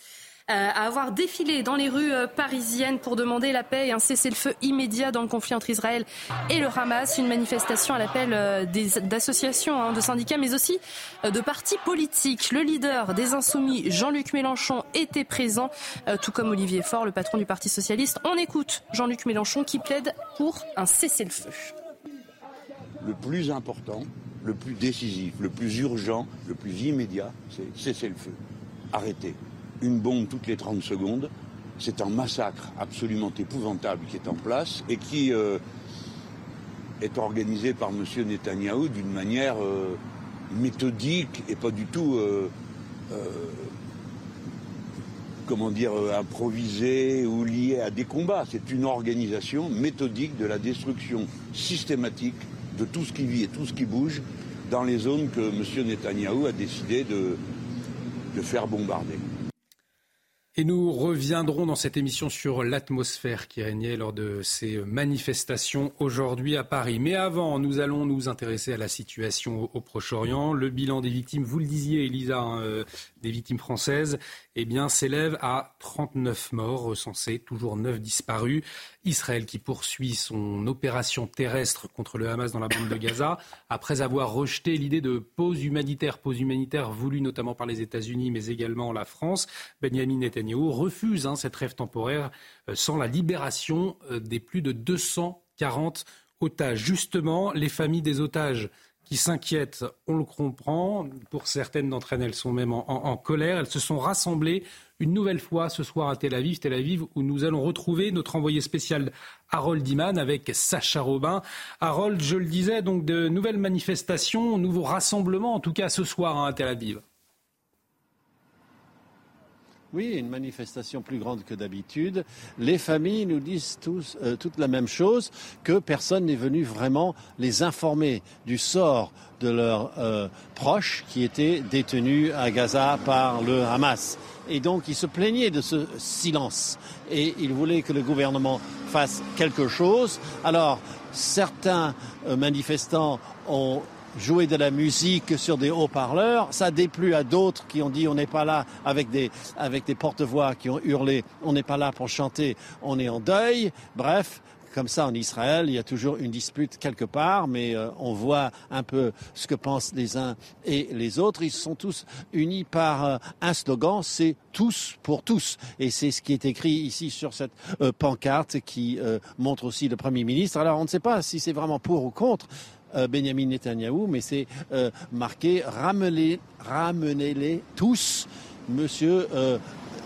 à avoir défilé dans les rues parisiennes pour demander la paix et un cessez-le-feu immédiat dans le conflit entre Israël et le Hamas. Une manifestation à l'appel des, d'associations, hein, de syndicats, mais aussi de partis politiques. Le leader des Insoumis, Jean-Luc Mélenchon, était présent, tout comme Olivier Faure, le patron du Parti socialiste. On écoute Jean-Luc Mélenchon qui plaide pour un cessez-le-feu. Le plus important, le plus décisif, le plus urgent, le plus immédiat, c'est cesser le feu. Arrêter. Une bombe toutes les trente secondes, c'est un massacre absolument épouvantable qui est en place et qui euh, est organisé par M. Netanyahou d'une manière euh, méthodique et pas du tout, euh, euh, comment dire, euh, improvisée ou liée à des combats. C'est une organisation méthodique de la destruction systématique de tout ce qui vit et tout ce qui bouge dans les zones que M. Netanyahou a décidé de, de faire bombarder. Et nous reviendrons dans cette émission sur l'atmosphère qui régnait lors de ces manifestations aujourd'hui à Paris. Mais avant, nous allons nous intéresser à la situation au Proche-Orient. Le bilan des victimes, vous le disiez Elisa, hein, euh, des victimes françaises, eh bien, s'élève à trente-neuf morts recensés, toujours neuf disparus. Israël qui poursuit son opération terrestre contre le Hamas dans la bande de Gaza, après avoir rejeté l'idée de pause humanitaire, pause humanitaire voulue notamment par les États-Unis, mais également la France. Benjamin Netanyahou refuse hein, cette trêve temporaire euh, sans la libération euh, des plus de deux cent quarante otages. Justement, les familles des otages qui s'inquiètent, on le comprend. Pour certaines d'entre elles, elles sont même en, en, en colère. Elles se sont rassemblées une nouvelle fois ce soir à Tel Aviv, Tel Aviv où nous allons retrouver notre envoyé spécial Harold Iman avec Sacha Robin. Harold, je le disais, donc de nouvelles manifestations, nouveaux rassemblements, en tout cas ce soir hein, à Tel Aviv. Oui, une manifestation plus grande que d'habitude. Les familles nous disent tous euh, toute la même chose, que personne n'est venu vraiment les informer du sort de leurs euh, proches qui étaient détenus à Gaza par le Hamas. Et donc ils se plaignaient de ce silence et ils voulaient que le gouvernement fasse quelque chose. Alors certains euh, manifestants ont jouer de la musique sur des haut-parleurs, ça a déplu à d'autres qui ont dit on n'est pas là avec des, avec des porte-voix qui ont hurlé on n'est pas là pour chanter, on est en deuil. Bref, comme ça en Israël, il y a toujours une dispute quelque part, mais euh, on voit un peu ce que pensent les uns et les autres. Ils sont tous unis par euh, un slogan, c'est tous pour tous. Et c'est ce qui est écrit ici sur cette euh, pancarte qui euh, montre aussi le Premier ministre. Alors on ne sait pas si c'est vraiment pour ou contre Benjamin Netanyahou, mais c'est euh, marqué ramenez, ramenez-les tous, monsieur euh,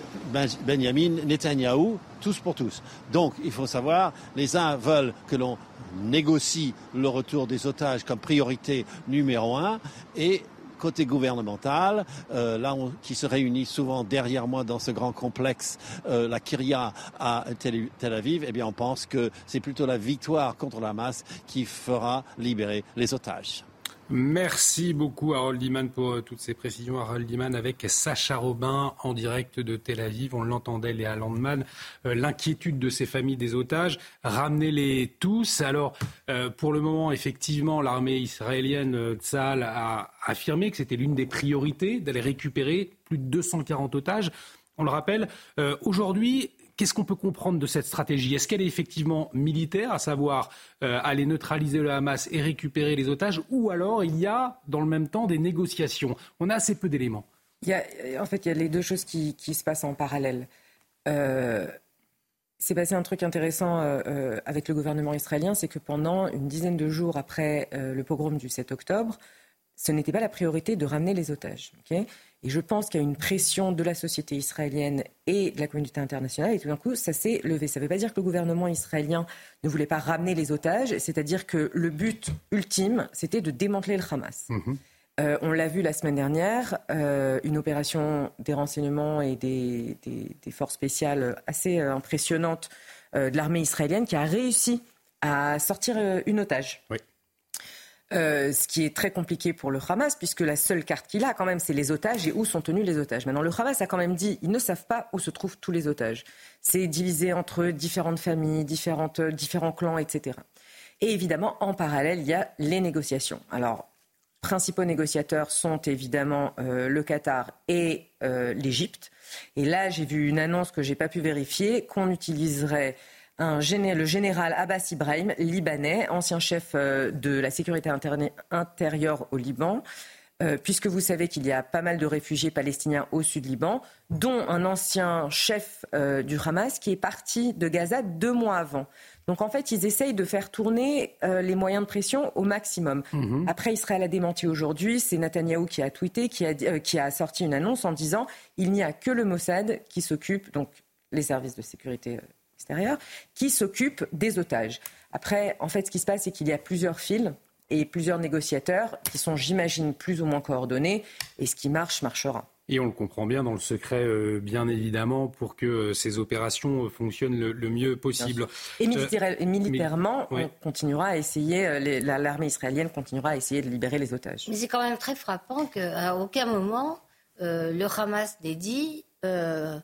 Benjamin Netanyahou, tous pour tous. Donc il faut savoir, les uns veulent que l'on négocie le retour des otages comme priorité numéro un, et côté gouvernemental, euh, là on, qui se réunit souvent derrière moi dans ce grand complexe, euh, la Kiria à Tel, Tel Aviv, eh bien on pense que c'est plutôt la victoire contre la Hamas qui fera libérer les otages. Merci beaucoup Harold Iman pour toutes ces précisions. Harold Iman avec Sacha Robin en direct de Tel Aviv. On l'entendait, Léa Landman, euh, l'inquiétude de ces familles des otages. Ramenez-les tous. Alors, euh, pour le moment, effectivement, l'armée israélienne euh, Tsahal a affirmé que c'était l'une des priorités d'aller récupérer plus de deux cent quarante otages. On le rappelle, euh, aujourd'hui, qu'est-ce qu'on peut comprendre de cette stratégie ? Est-ce qu'elle est effectivement militaire, à savoir euh, aller neutraliser le Hamas et récupérer les otages, ou alors il y a dans le même temps des négociations ? On a assez peu d'éléments. Il y a, en fait, il y a les deux choses qui, qui se passent en parallèle. Euh, c'est passé un truc intéressant euh, avec le gouvernement israélien, c'est que pendant une dizaine de jours après euh, le pogrom du sept octobre, ce n'était pas la priorité de ramener les otages. Okay ? Et je pense qu'il y a une pression de la société israélienne et de la communauté internationale. Et tout d'un coup, ça s'est levé. Ça ne veut pas dire que le gouvernement israélien ne voulait pas ramener les otages. C'est-à-dire que le but ultime, c'était de démanteler le Hamas. Mmh. Euh, on l'a vu la semaine dernière, euh, une opération des renseignements et des, des, des forces spéciales assez euh, impressionnante euh, de l'armée israélienne qui a réussi à sortir euh, une otage. Oui. Euh, ce qui est très compliqué pour le Hamas, puisque la seule carte qu'il a, quand même, c'est les otages et où sont tenus les otages. Maintenant, le Hamas a quand même dit, ils ne savent pas où se trouvent tous les otages. C'est divisé entre différentes familles, différentes, différents clans, et cetera. Et évidemment, en parallèle, il y a les négociations. Alors, principaux négociateurs sont évidemment euh, le Qatar et euh, l'Égypte. Et là, j'ai vu une annonce que je n'ai pas pu vérifier, qu'on utiliserait un géné- le général Abbas Ibrahim, libanais, ancien chef euh, de la sécurité interne- intérieure au Liban, euh, puisque vous savez qu'il y a pas mal de réfugiés palestiniens au sud Liban, dont un ancien chef euh, du Hamas qui est parti de Gaza deux mois avant. Donc en fait, ils essayent de faire tourner euh, les moyens de pression au maximum. Mmh. Après, Israël a démenti aujourd'hui. C'est Netanyahou qui a tweeté, qui a, euh, qui a sorti une annonce en disant il n'y a que le Mossad qui s'occupe, donc les services de sécurité euh, extérieure, qui s'occupe des otages. Après, en fait, ce qui se passe, c'est qu'il y a plusieurs fils et plusieurs négociateurs qui sont, j'imagine, plus ou moins coordonnés. Et ce qui marche, marchera. Et on le comprend bien dans le secret, euh, bien évidemment, pour que euh, ces opérations euh, fonctionnent le, le mieux possible. Et, militaire, euh, et militairement, mais, on ouais. continuera à essayer, euh, les, la, l'armée israélienne continuera à essayer de libérer les otages. Mais c'est quand même très frappant qu'à aucun moment, euh, le Hamas n'ait dit euh,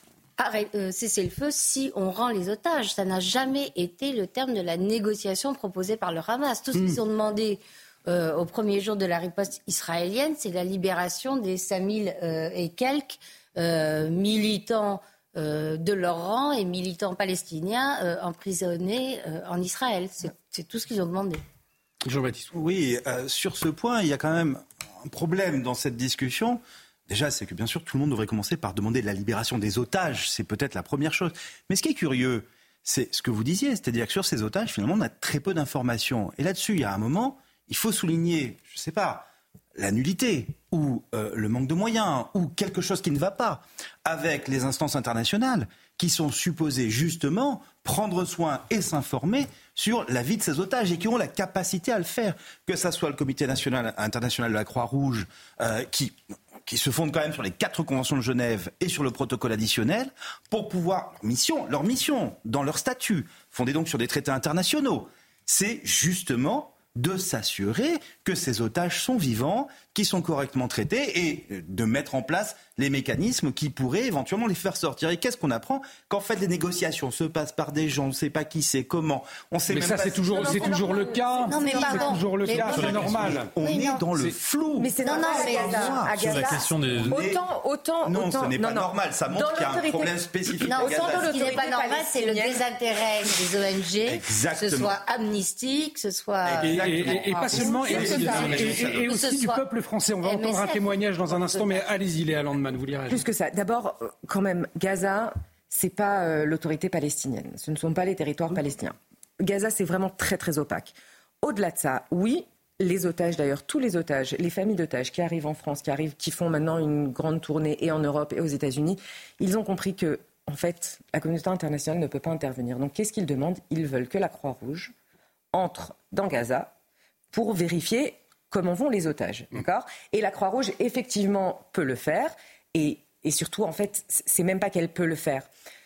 euh, cessez le feu si on rend les otages. Ça n'a jamais été le terme de la négociation proposée par le Hamas. Tout ce mmh. qu'ils ont demandé Euh, au premier jour de la riposte israélienne, c'est la libération des cinq mille euh, et quelques euh, militants euh, de leur rang et militants palestiniens euh, emprisonnés euh, en Israël. C'est, c'est tout ce qu'ils ont demandé. Jean-Baptiste. Oui, euh, sur ce point, il y a quand même un problème dans cette discussion. Déjà, c'est que bien sûr, tout le monde devrait commencer par demander la libération des otages. C'est peut-être la première chose. Mais ce qui est curieux, c'est ce que vous disiez, c'est-à-dire que sur ces otages, finalement, on a très peu d'informations. Et là-dessus, il y a un moment... Il faut souligner, je ne sais pas, la nullité ou euh, le manque de moyens ou quelque chose qui ne va pas avec les instances internationales qui sont supposées justement prendre soin et s'informer sur la vie de ces otages et qui ont la capacité à le faire. Que ça soit le Comité national, international de la Croix-Rouge euh, qui, qui se fonde quand même sur les quatre conventions de Genève et sur le protocole additionnel pour pouvoir... Leur mission, leur mission dans leur statut, fondée donc sur des traités internationaux, c'est justement... de s'assurer que ces otages sont vivants, qui sont correctement traités et de mettre en place les mécanismes qui pourraient éventuellement les faire sortir. Et qu'est-ce qu'on apprend ? Qu'en fait, les négociations se passent par des gens, on ne sait pas qui c'est, comment. On sait mais même ça, pas c'est si... toujours, c'est toujours le cas. Non, mais pardon. C'est toujours le mais cas, c'est c'est normal. On oui, est non. dans le c'est... flou. Mais c'est non, normal, non, mais à Gaza. À Gaza. Sur la question des... Autant, autant, non, autant, ce n'est pas non, non. normal. Ça montre qu'il y a un problème spécifique. Non, à Gaza. ce qui n'est pas normal, c'est le désintérêt des O N G, Exactement. que ce soit Amnesty, que ce soit... Et, et, et, et pas seulement, et, et, et aussi du soit... peuple français. On va M S F. entendre un témoignage dans un instant, mais allez-y, Léa Landman, vous lirez. Plus que ça. D'abord, quand même, Gaza, c'est pas euh, l'autorité palestinienne. Ce ne sont pas les territoires palestiniens. Gaza, c'est vraiment très, très opaque. Au-delà de ça, oui, les otages, d'ailleurs, tous les otages, les familles d'otages qui arrivent en France, qui arrivent, qui font maintenant une grande tournée et en Europe et aux États-Unis, ils ont compris que, en fait, la communauté internationale ne peut pas intervenir. Donc, qu'est-ce qu'ils demandent ? Ils veulent que la Croix-Rouge entre dans Gaza pour vérifier comment vont les otages, d'accord ? Et la Croix-Rouge, effectivement, peut le faire. Et, et surtout, en fait, c'est même pas qu'elle peut le faire.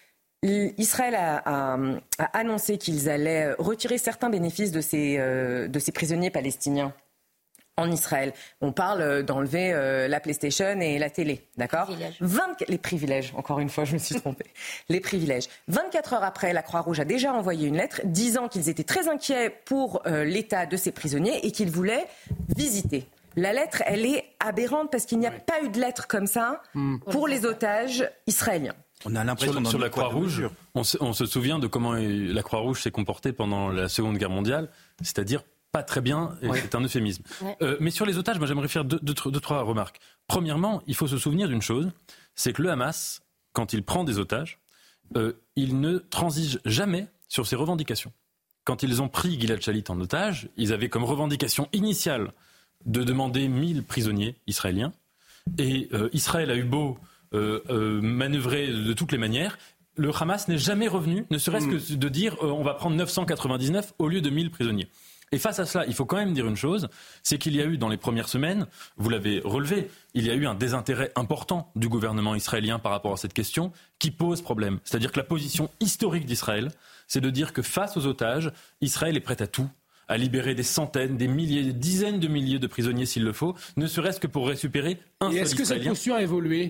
Israël a, a, a annoncé qu'ils allaient retirer certains bénéfices de ces, euh, de ces prisonniers palestiniens en Israël. On parle d'enlever euh, la PlayStation et la télé, d'accord ? vingt Les privilèges, encore une fois, je me suis trompée. Les privilèges. vingt-quatre heures après, la Croix-Rouge a déjà envoyé une lettre disant qu'ils étaient très inquiets pour euh, l'état de ces prisonniers et qu'ils voulaient visiter. La lettre, elle est aberrante parce qu'il n'y a ouais. pas eu de lettre comme ça mmh. pour les otages israéliens. On a l'impression sur, sur la Croix-Rouge, on se, on se souvient de comment la Croix-Rouge s'est comportée pendant la Seconde Guerre mondiale, c'est-à-dire pas très bien, et ouais. c'est un euphémisme. Ouais. Euh, mais sur les otages, moi j'aimerais faire deux, deux, deux, trois remarques. Premièrement, il faut se souvenir d'une chose, c'est que le Hamas, quand il prend des otages, euh, il ne transige jamais sur ses revendications. Quand ils ont pris Gilad Shalit en otage, ils avaient comme revendication initiale de demander mille prisonniers israéliens. Et euh, Israël a eu beau euh, euh, manœuvrer de toutes les manières. Le Hamas n'est jamais revenu, ne serait-ce mmh. que de dire euh, on va prendre neuf cent quatre-vingt-dix-neuf au lieu de mille prisonniers. Et face à cela, il faut quand même dire une chose, c'est qu'il y a eu dans les premières semaines, vous l'avez relevé, il y a eu un désintérêt important du gouvernement israélien par rapport à cette question qui pose problème. C'est-à-dire que la position historique d'Israël, c'est de dire que face aux otages, Israël est prêt à tout, à libérer des centaines, des milliers, des dizaines de milliers de prisonniers s'il le faut, ne serait-ce que pour récupérer un seul Israélien. Et est-ce que cette posture a évolué ?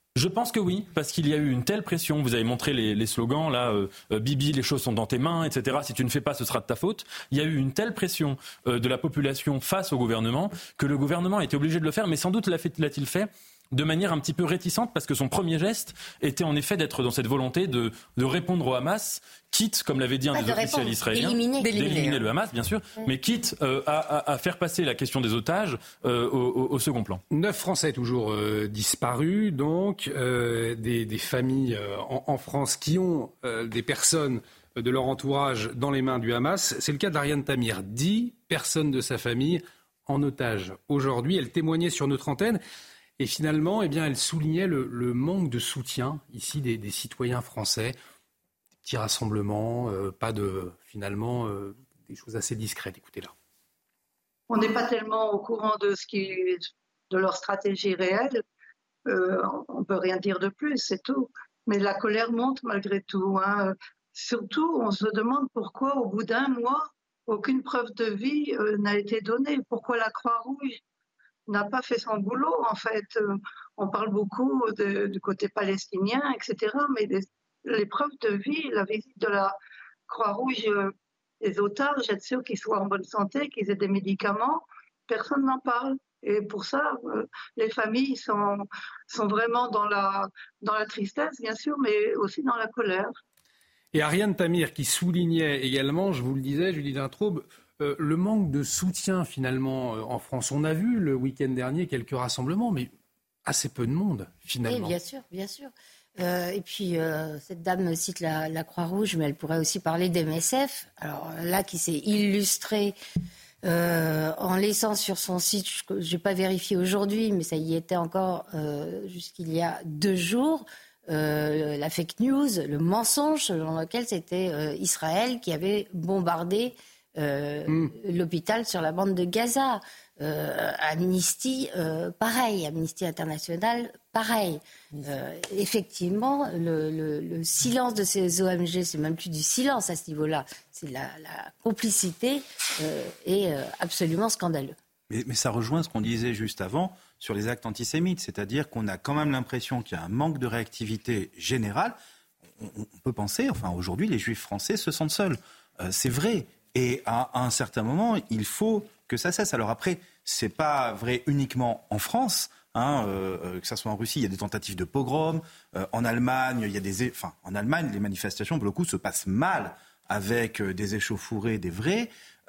Je pense que oui, parce qu'il y a eu une telle pression. Vous avez montré les, les slogans, là, euh, euh, Bibi, les choses sont dans tes mains, et cetera. Si tu ne fais pas, ce sera de ta faute. Il y a eu une telle pression euh, de la population face au gouvernement que le gouvernement a été obligé de le faire, mais sans doute l'a fait, l'a-t-il fait de manière un petit peu réticente, parce que son premier geste était en effet d'être dans cette volonté de, de répondre au Hamas, quitte, comme l'avait dit un Pas des de officiels répondre, israéliens, d'éliminer. d'éliminer le Hamas, bien sûr, Oui. mais quitte euh, à, à, à faire passer la question des otages euh, au, au, au second plan. Neuf Français toujours euh, disparus, donc euh, des, des familles euh, en, en France qui ont euh, des personnes de leur entourage dans les mains du Hamas. C'est le cas d'Ariane Tamir, dix personnes de sa famille en otage. Aujourd'hui, elle témoignait sur notre antenne. Et finalement, eh bien, elle soulignait le, le manque de soutien ici des, des citoyens français. Des petits rassemblements, euh, pas de, finalement, euh, des choses assez discrètes. Écoutez-la. On n'est pas tellement au courant de ce qui, de leur stratégie réelle. Euh, on peut rien dire de plus, c'est tout. Mais la colère monte malgré tout. Hein. Surtout, on se demande pourquoi, au bout d'un mois, aucune preuve de vie euh, n'a été donnée. Pourquoi la Croix-Rouge n'a pas fait son boulot, en fait. On parle beaucoup de, du côté palestinien, et cetera, mais les, les preuves de vie, la visite de la Croix-Rouge, euh, des otages, être sûr qu'ils soient en bonne santé, qu'ils aient des médicaments, personne n'en parle. Et pour ça, euh, les familles sont, sont vraiment dans la, dans la tristesse, bien sûr, mais aussi dans la colère. Et Ariane Tamir qui soulignait également, je vous le disais, Julie Dintraube, Euh, le manque de soutien finalement euh, en France. On a vu le week-end dernier quelques rassemblements, mais assez peu de monde finalement. Oui, bien sûr, bien sûr. Euh, et puis euh, cette dame cite la, la Croix-Rouge, mais elle pourrait aussi parler d'M S F. Alors là, qui s'est illustré euh, en laissant sur son site, je n'ai pas vérifié aujourd'hui, mais ça y était encore euh, jusqu'il y a deux jours, euh, la fake news, le mensonge selon lequel c'était euh, Israël qui avait bombardé Euh, mmh. l'hôpital sur la bande de Gaza. Euh, Amnesty, euh, pareil. Amnesty International, pareil. Euh, effectivement, le, le, le silence de ces O N G, c'est même plus du silence à ce niveau-là, c'est la, la complicité euh, est euh, absolument scandaleux. Mais, mais ça rejoint ce qu'on disait juste avant sur les actes antisémites, c'est-à-dire qu'on a quand même l'impression qu'il y a un manque de réactivité générale. On, on peut penser, enfin aujourd'hui, les Juifs français se sentent seuls. Euh, c'est vrai. Et à, à un certain moment, il faut que ça cesse. Alors après, c'est pas vrai uniquement en France, hein, euh, que ça soit en Russie, il y a des tentatives de pogrom. Euh, en Allemagne, il y a des, enfin, en Allemagne, les manifestations pour le coup se passent mal avec euh, des échauffourées, des vrais.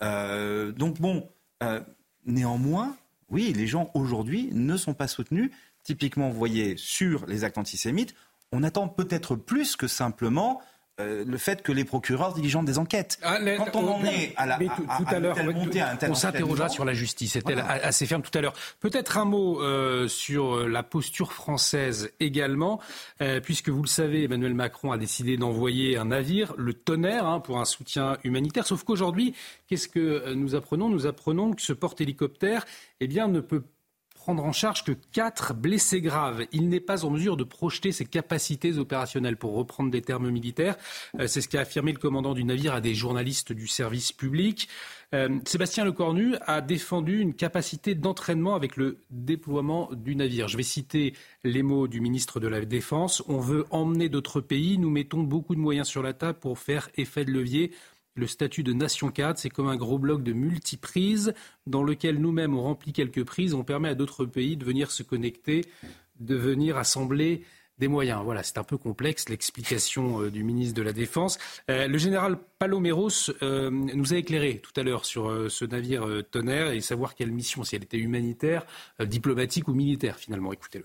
Euh, donc bon, euh, néanmoins, oui, les gens aujourd'hui ne sont pas soutenus. Typiquement, vous voyez sur les actes antisémites, on attend peut-être plus que simplement euh, le fait que les procureurs diligentent des enquêtes. Ah, les, Quand on, on en est à la tout, à, tout à, à l'heure, à montée, à un tel on s'interrogera niveau, sur la justice. Est-elle voilà. assez ferme tout à l'heure? Peut-être un mot euh, sur la posture française également, euh, puisque vous le savez, Emmanuel Macron a décidé d'envoyer un navire, le Tonnerre, hein, pour un soutien humanitaire. Sauf qu'aujourd'hui, qu'est-ce que nous apprenons? Nous apprenons que ce porte-hélicoptère, eh bien, ne peut prendre en charge que quatre blessés graves. Il n'est pas en mesure de projeter ses capacités opérationnelles, pour reprendre des termes militaires. Euh, c'est ce qu'a affirmé le commandant du navire à des journalistes du service public. Euh, Sébastien Lecornu a défendu une capacité d'entraînement avec le déploiement du navire. Je vais citer les mots du ministre de la Défense. On veut emmener d'autres pays. Nous mettons beaucoup de moyens sur la table pour faire effet de levier. Le statut de nation cadre, c'est comme un gros bloc de multiprises dans lequel nous-mêmes on remplit quelques prises, on permet à d'autres pays de venir se connecter, de venir assembler des moyens. Voilà, c'est un peu complexe l'explication euh, du ministre de la Défense. Euh, le général Paloméros euh, nous a éclairé tout à l'heure sur euh, ce navire euh, Tonnerre et savoir quelle mission, si elle était humanitaire, euh, diplomatique ou militaire finalement. Écoutez-le.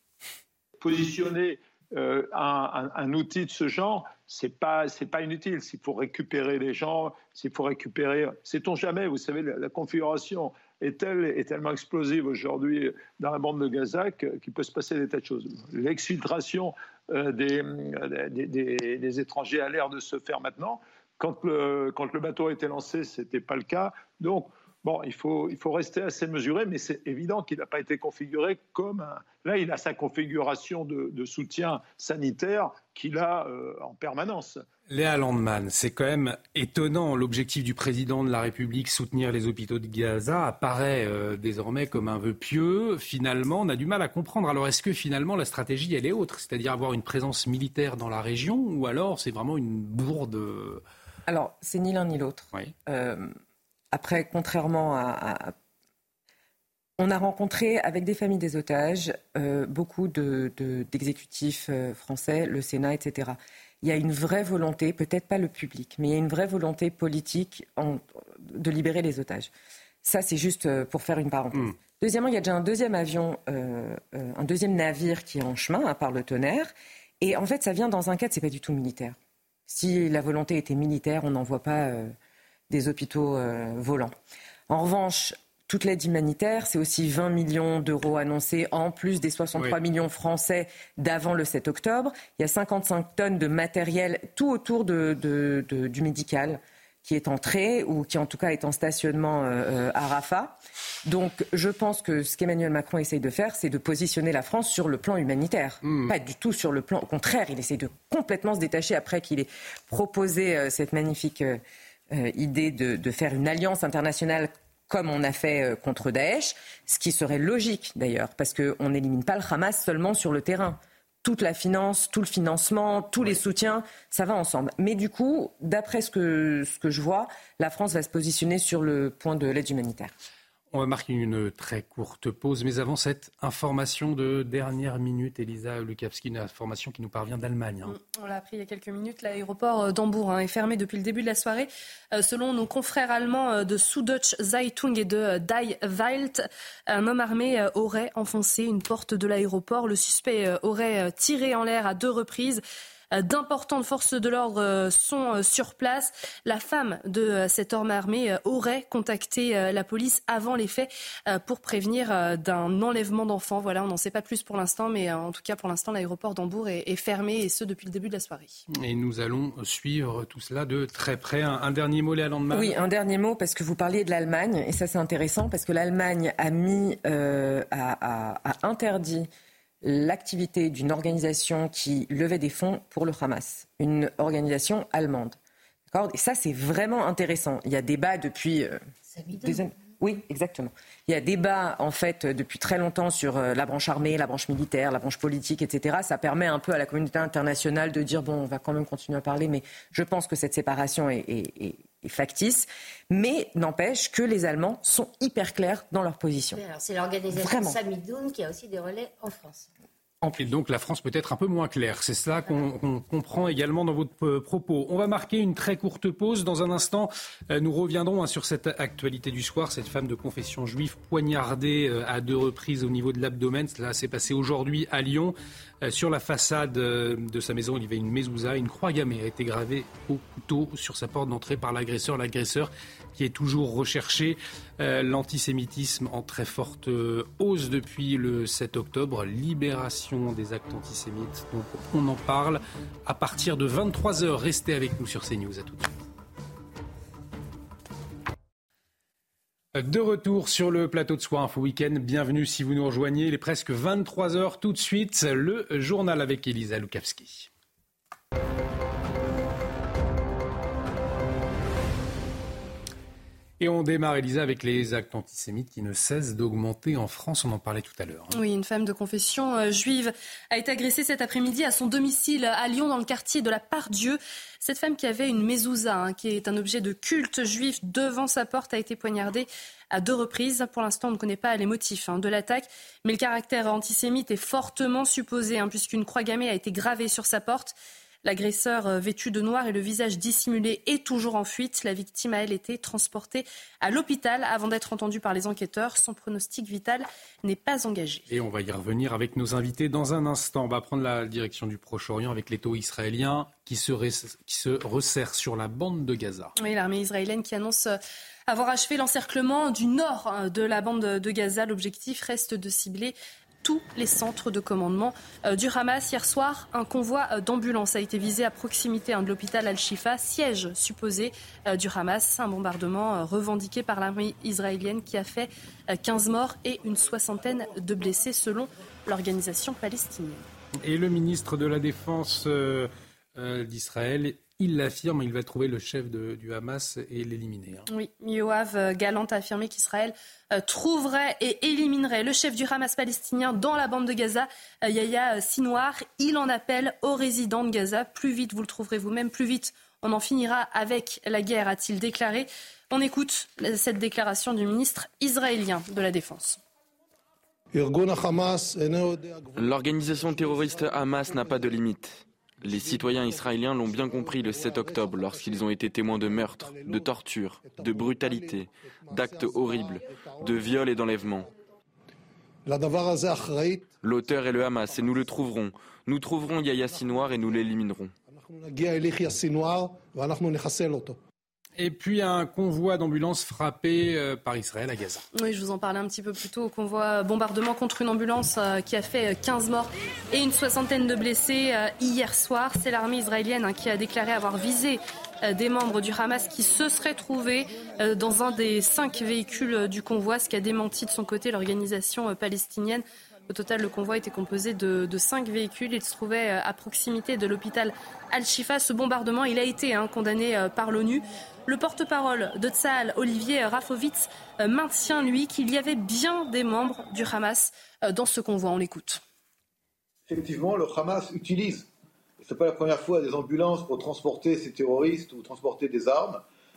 Positionner euh, un, un, un outil de ce genre, c'est pas c'est pas inutile. S'il faut récupérer les gens, s'il faut récupérer, sait-on jamais. Vous savez, la, la configuration est telle est tellement explosive aujourd'hui dans la bande de Gaza que, qu'il peut se passer des tas de choses. L'exfiltration euh, des, des, des, des étrangers a l'air de se faire maintenant. Quand le quand le bateau a été lancé, c'était pas le cas. Donc Bon, il faut, il faut rester assez mesuré, mais c'est évident qu'il n'a pas été configuré comme un... Là, il a sa configuration de, de soutien sanitaire qu'il a euh, en permanence. Léa Landman, c'est quand même étonnant. L'objectif du président de la République, soutenir les hôpitaux de Gaza, apparaît euh, désormais comme un vœu pieux. Finalement, on a du mal à comprendre. Alors, est-ce que finalement la stratégie, elle est autre, c'est-à-dire avoir une présence militaire dans la région, ou alors c'est vraiment une bourde? Alors, c'est ni l'un ni l'autre. Oui. Euh, après, contrairement à... à... On a rencontré avec des familles des otages euh, beaucoup de, de, d'exécutifs euh, français, le Sénat, et cetera. Il y a une vraie volonté, peut-être pas le public, mais il y a une vraie volonté politique en, de libérer les otages. Ça, c'est juste euh, pour faire une parenthèse. Mmh. Deuxièmement, il y a déjà un deuxième avion, euh, euh, un deuxième navire qui est en chemin, à part le Tonnerre. Et en fait, ça vient dans un cadre, c'est pas du tout militaire. Si la volonté était militaire, on n'envoie pas euh, des hôpitaux euh, volants. En revanche, toute l'aide humanitaire, c'est aussi vingt millions d'euros annoncés, en plus des soixante-trois oui. millions français d'avant le sept octobre. Il y a cinquante-cinq tonnes de matériel, tout autour de, de, de, du médical, qui est entré, ou qui en tout cas est en stationnement euh, à Rafah. Donc je pense que ce qu'Emmanuel Macron essaye de faire, c'est de positionner la France sur le plan humanitaire. Mmh. Pas du tout sur le plan... Au contraire, il essaye de complètement se détacher après qu'il ait proposé euh, cette magnifique euh, euh, idée de, de faire une alliance internationale comme on a fait contre Daesh, ce qui serait logique d'ailleurs, parce qu'on n'élimine pas le Hamas seulement sur le terrain. Toute la finance, tout le financement, tous les soutiens, ça va ensemble. Mais du coup, d'après ce que, ce que je vois, la France va se positionner sur le point de l'aide humanitaire. On va marquer une très courte pause, mais avant cette information de dernière minute, Elisa Lukavski, une information qui nous parvient d'Allemagne. Hein. On l'a appris il y a quelques minutes, l'aéroport d'Hambourg hein, est fermé depuis le début de la soirée. Euh, selon nos confrères allemands de Süddeutsche Zeitung et de Die Welt, un homme armé euh, aurait enfoncé une porte de l'aéroport. Le suspect euh, aurait euh, tiré en l'air à deux reprises. D'importantes forces de l'ordre sont sur place. La femme de cet homme armé aurait contacté la police avant les faits pour prévenir d'un enlèvement d'enfants. Voilà, on n'en sait pas plus pour l'instant, mais en tout cas pour l'instant l'aéroport d'Hambourg est fermé et ce depuis le début de la soirée. Et nous allons suivre tout cela de très près. Un, un dernier mot, Léa Landman. Oui, un dernier mot parce que vous parliez de l'Allemagne et ça c'est intéressant parce que l'Allemagne a mis, euh, a, a, a interdit l'activité d'une organisation qui levait des fonds pour le Hamas, une organisation allemande. D'accord ? Et ça, c'est vraiment intéressant. Il y a débat depuis euh, des années. Oui, exactement. Il y a débat, en fait, depuis très longtemps sur euh, la branche armée, la branche militaire, la branche politique, et cetera. Ça permet un peu à la communauté internationale de dire, bon, on va quand même continuer à parler, mais je pense que cette séparation est, est, est, est factice. Mais n'empêche que les Allemands sont hyper clairs dans leur position. Oui, alors c'est l'organisation Samidoun qui a aussi des relais en France. Et donc la France peut être un peu moins claire. C'est cela qu'on, qu'on comprend également dans votre propos. On va marquer une très courte pause. Dans un instant, nous reviendrons sur cette actualité du soir. Cette femme de confession juive poignardée à deux reprises au niveau de l'abdomen. Cela s'est passé aujourd'hui à Lyon. Sur la façade de sa maison, il y avait une mezouza. Une croix gammée a été gravée au couteau sur sa porte d'entrée par l'agresseur. L'agresseur qui est toujours recherché. Euh, l'antisémitisme en très forte euh, hausse depuis le sept octobre. Libération des actes antisémites. Donc on en parle à partir de vingt-trois heures. Restez avec nous sur CNews. À tout de suite. De retour sur le plateau de Soir Info Week-end. Bienvenue si vous nous rejoignez. Il est presque vingt-trois heures. Tout de suite, le journal avec Elisa Lukavski. Et on démarre, Elisa, avec les actes antisémites qui ne cessent d'augmenter en France. On en parlait tout à l'heure. Hein. Oui, une femme de confession euh, juive a été agressée cet après-midi à son domicile à Lyon, dans le quartier de la Part-Dieu. Cette femme qui avait une mezouza, hein, qui est un objet de culte juif, devant sa porte, a été poignardée à deux reprises. Pour l'instant, on ne connaît pas les motifs hein, de l'attaque, mais le caractère antisémite est fortement supposé, hein, puisqu'une croix gammée a été gravée sur sa porte. L'agresseur vêtu de noir et le visage dissimulé est toujours en fuite. La victime a, elle, été transportée à l'hôpital avant d'être entendue par les enquêteurs. Son pronostic vital n'est pas engagé. Et on va y revenir avec nos invités dans un instant. On va prendre la direction du Proche-Orient avec l'étau israélien qui se, res... qui se resserre sur la bande de Gaza. Oui, l'armée israélienne qui annonce avoir achevé l'encerclement du nord de la bande de Gaza. L'objectif reste de cibler tous les centres de commandement euh, du Hamas. Hier soir, un convoi euh, d'ambulance a été visé à proximité hein, de l'hôpital Al-Shifa, siège supposé euh, du Hamas. Un bombardement euh, revendiqué par l'armée israélienne qui a fait euh, quinze morts et une soixantaine de blessés selon l'organisation palestinienne. Et le ministre de la Défense euh, euh, d'Israël, il l'affirme, il va trouver le chef de, du Hamas et l'éliminer. Hein. Oui, Yoav Gallant a affirmé qu'Israël euh, trouverait et éliminerait le chef du Hamas palestinien dans la bande de Gaza, euh, Yahya Sinwar. Il en appelle aux résidents de Gaza. Plus vite, vous le trouverez vous-même, plus vite on en finira avec la guerre, a-t-il déclaré. On écoute cette déclaration du ministre israélien de la Défense. L'organisation terroriste Hamas n'a pas de limite. Les citoyens israéliens l'ont bien compris le sept octobre lorsqu'ils ont été témoins de meurtres, de tortures, de brutalités, d'actes horribles, de viols et d'enlèvements. L'auteur est le Hamas et nous le trouverons. Nous trouverons Yahya Sinwar et nous l'éliminerons. Et puis un convoi d'ambulance frappé euh, par Israël à Gaza. Oui, je vous en parlais un petit peu plus tôt. Convoi bombardement contre une ambulance euh, qui a fait quinze morts et une soixantaine de blessés euh, hier soir. C'est l'armée israélienne hein, qui a déclaré avoir visé euh, des membres du Hamas qui se seraient trouvés euh, dans un des cinq véhicules euh, du convoi, ce qui a démenti de son côté l'organisation euh, palestinienne. Au total, le convoi était composé de, de cinq véhicules. Il se trouvait à proximité de l'hôpital Al-Shifa. Ce bombardement, il a été hein, condamné euh, par l'ONU. Le porte-parole de Tsahal, Olivier Rafovitz, euh, maintient, lui, qu'il y avait bien des membres du Hamas euh, dans ce convoi. On l'écoute. Effectivement, le Hamas utilise, ce n'est pas la première fois, des ambulances pour transporter ces terroristes ou transporter des armes.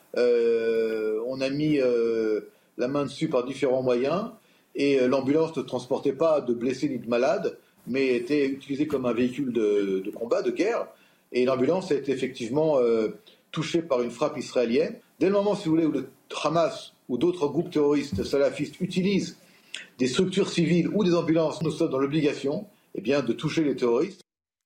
Euh, on a mis euh, la main dessus par différents moyens. Et l'ambulance ne transportait pas de blessés ni de malades, mais était utilisée comme un véhicule de, de combat, de guerre. Et l'ambulance a été effectivement euh, touchée par une frappe israélienne. Dès le moment, si vous voulez, où le Hamas ou d'autres groupes terroristes salafistes utilisent des structures civiles ou des ambulances, nous sommes dans l'obligation eh bien, de toucher les terroristes.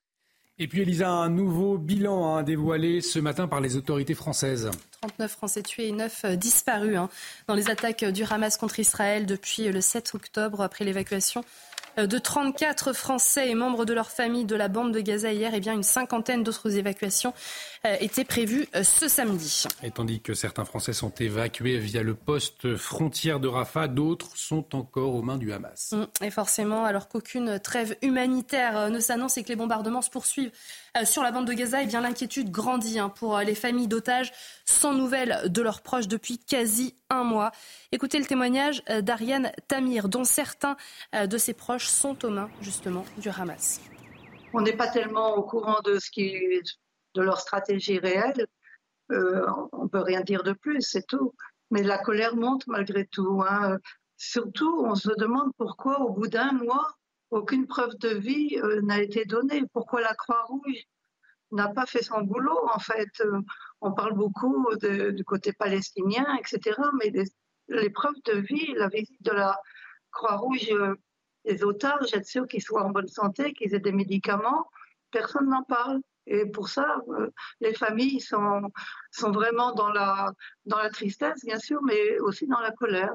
Et puis Elisa, un nouveau bilan hein, dévoilé ce matin par les autorités françaises. trente-neuf Français tués et neuf disparus hein, dans les attaques du Hamas contre Israël depuis le sept octobre, après l'évacuation de trente-quatre Français et membres de leur famille de la bande de Gaza hier. Et bien une cinquantaine d'autres évacuations euh, étaient prévues euh, ce samedi. Et tandis que certains Français sont évacués via le poste frontière de Rafah, d'autres sont encore aux mains du Hamas. Et forcément, alors qu'aucune trêve humanitaire euh, ne s'annonce et que les bombardements se poursuivent euh, sur la bande de Gaza, et bien l'inquiétude grandit hein, pour euh, les familles d'otages sans nouvelles de leurs proches depuis quasi un mois. Écoutez le témoignage euh, d'Ariane Tamir, dont certains euh, de ses proches sont aux mains justement du Hamas. On n'est pas tellement au courant de ce qui, de leur stratégie réelle. Euh, on peut rien dire de plus, c'est tout. Mais la colère monte malgré tout. Hein. Surtout, on se demande pourquoi, au bout d'un mois, aucune preuve de vie euh, n'a été donnée. Pourquoi la Croix-Rouge n'a pas fait son boulot, en fait. Euh, on parle beaucoup de, du côté palestinien, et cetera. Mais les, les preuves de vie, la visite de la Croix-Rouge, euh, les otages, être sûr qu'ils soient en bonne santé, qu'ils aient des médicaments, personne n'en parle. Et pour ça, euh, les familles sont, sont vraiment dans la, dans la tristesse, bien sûr, mais aussi dans la colère.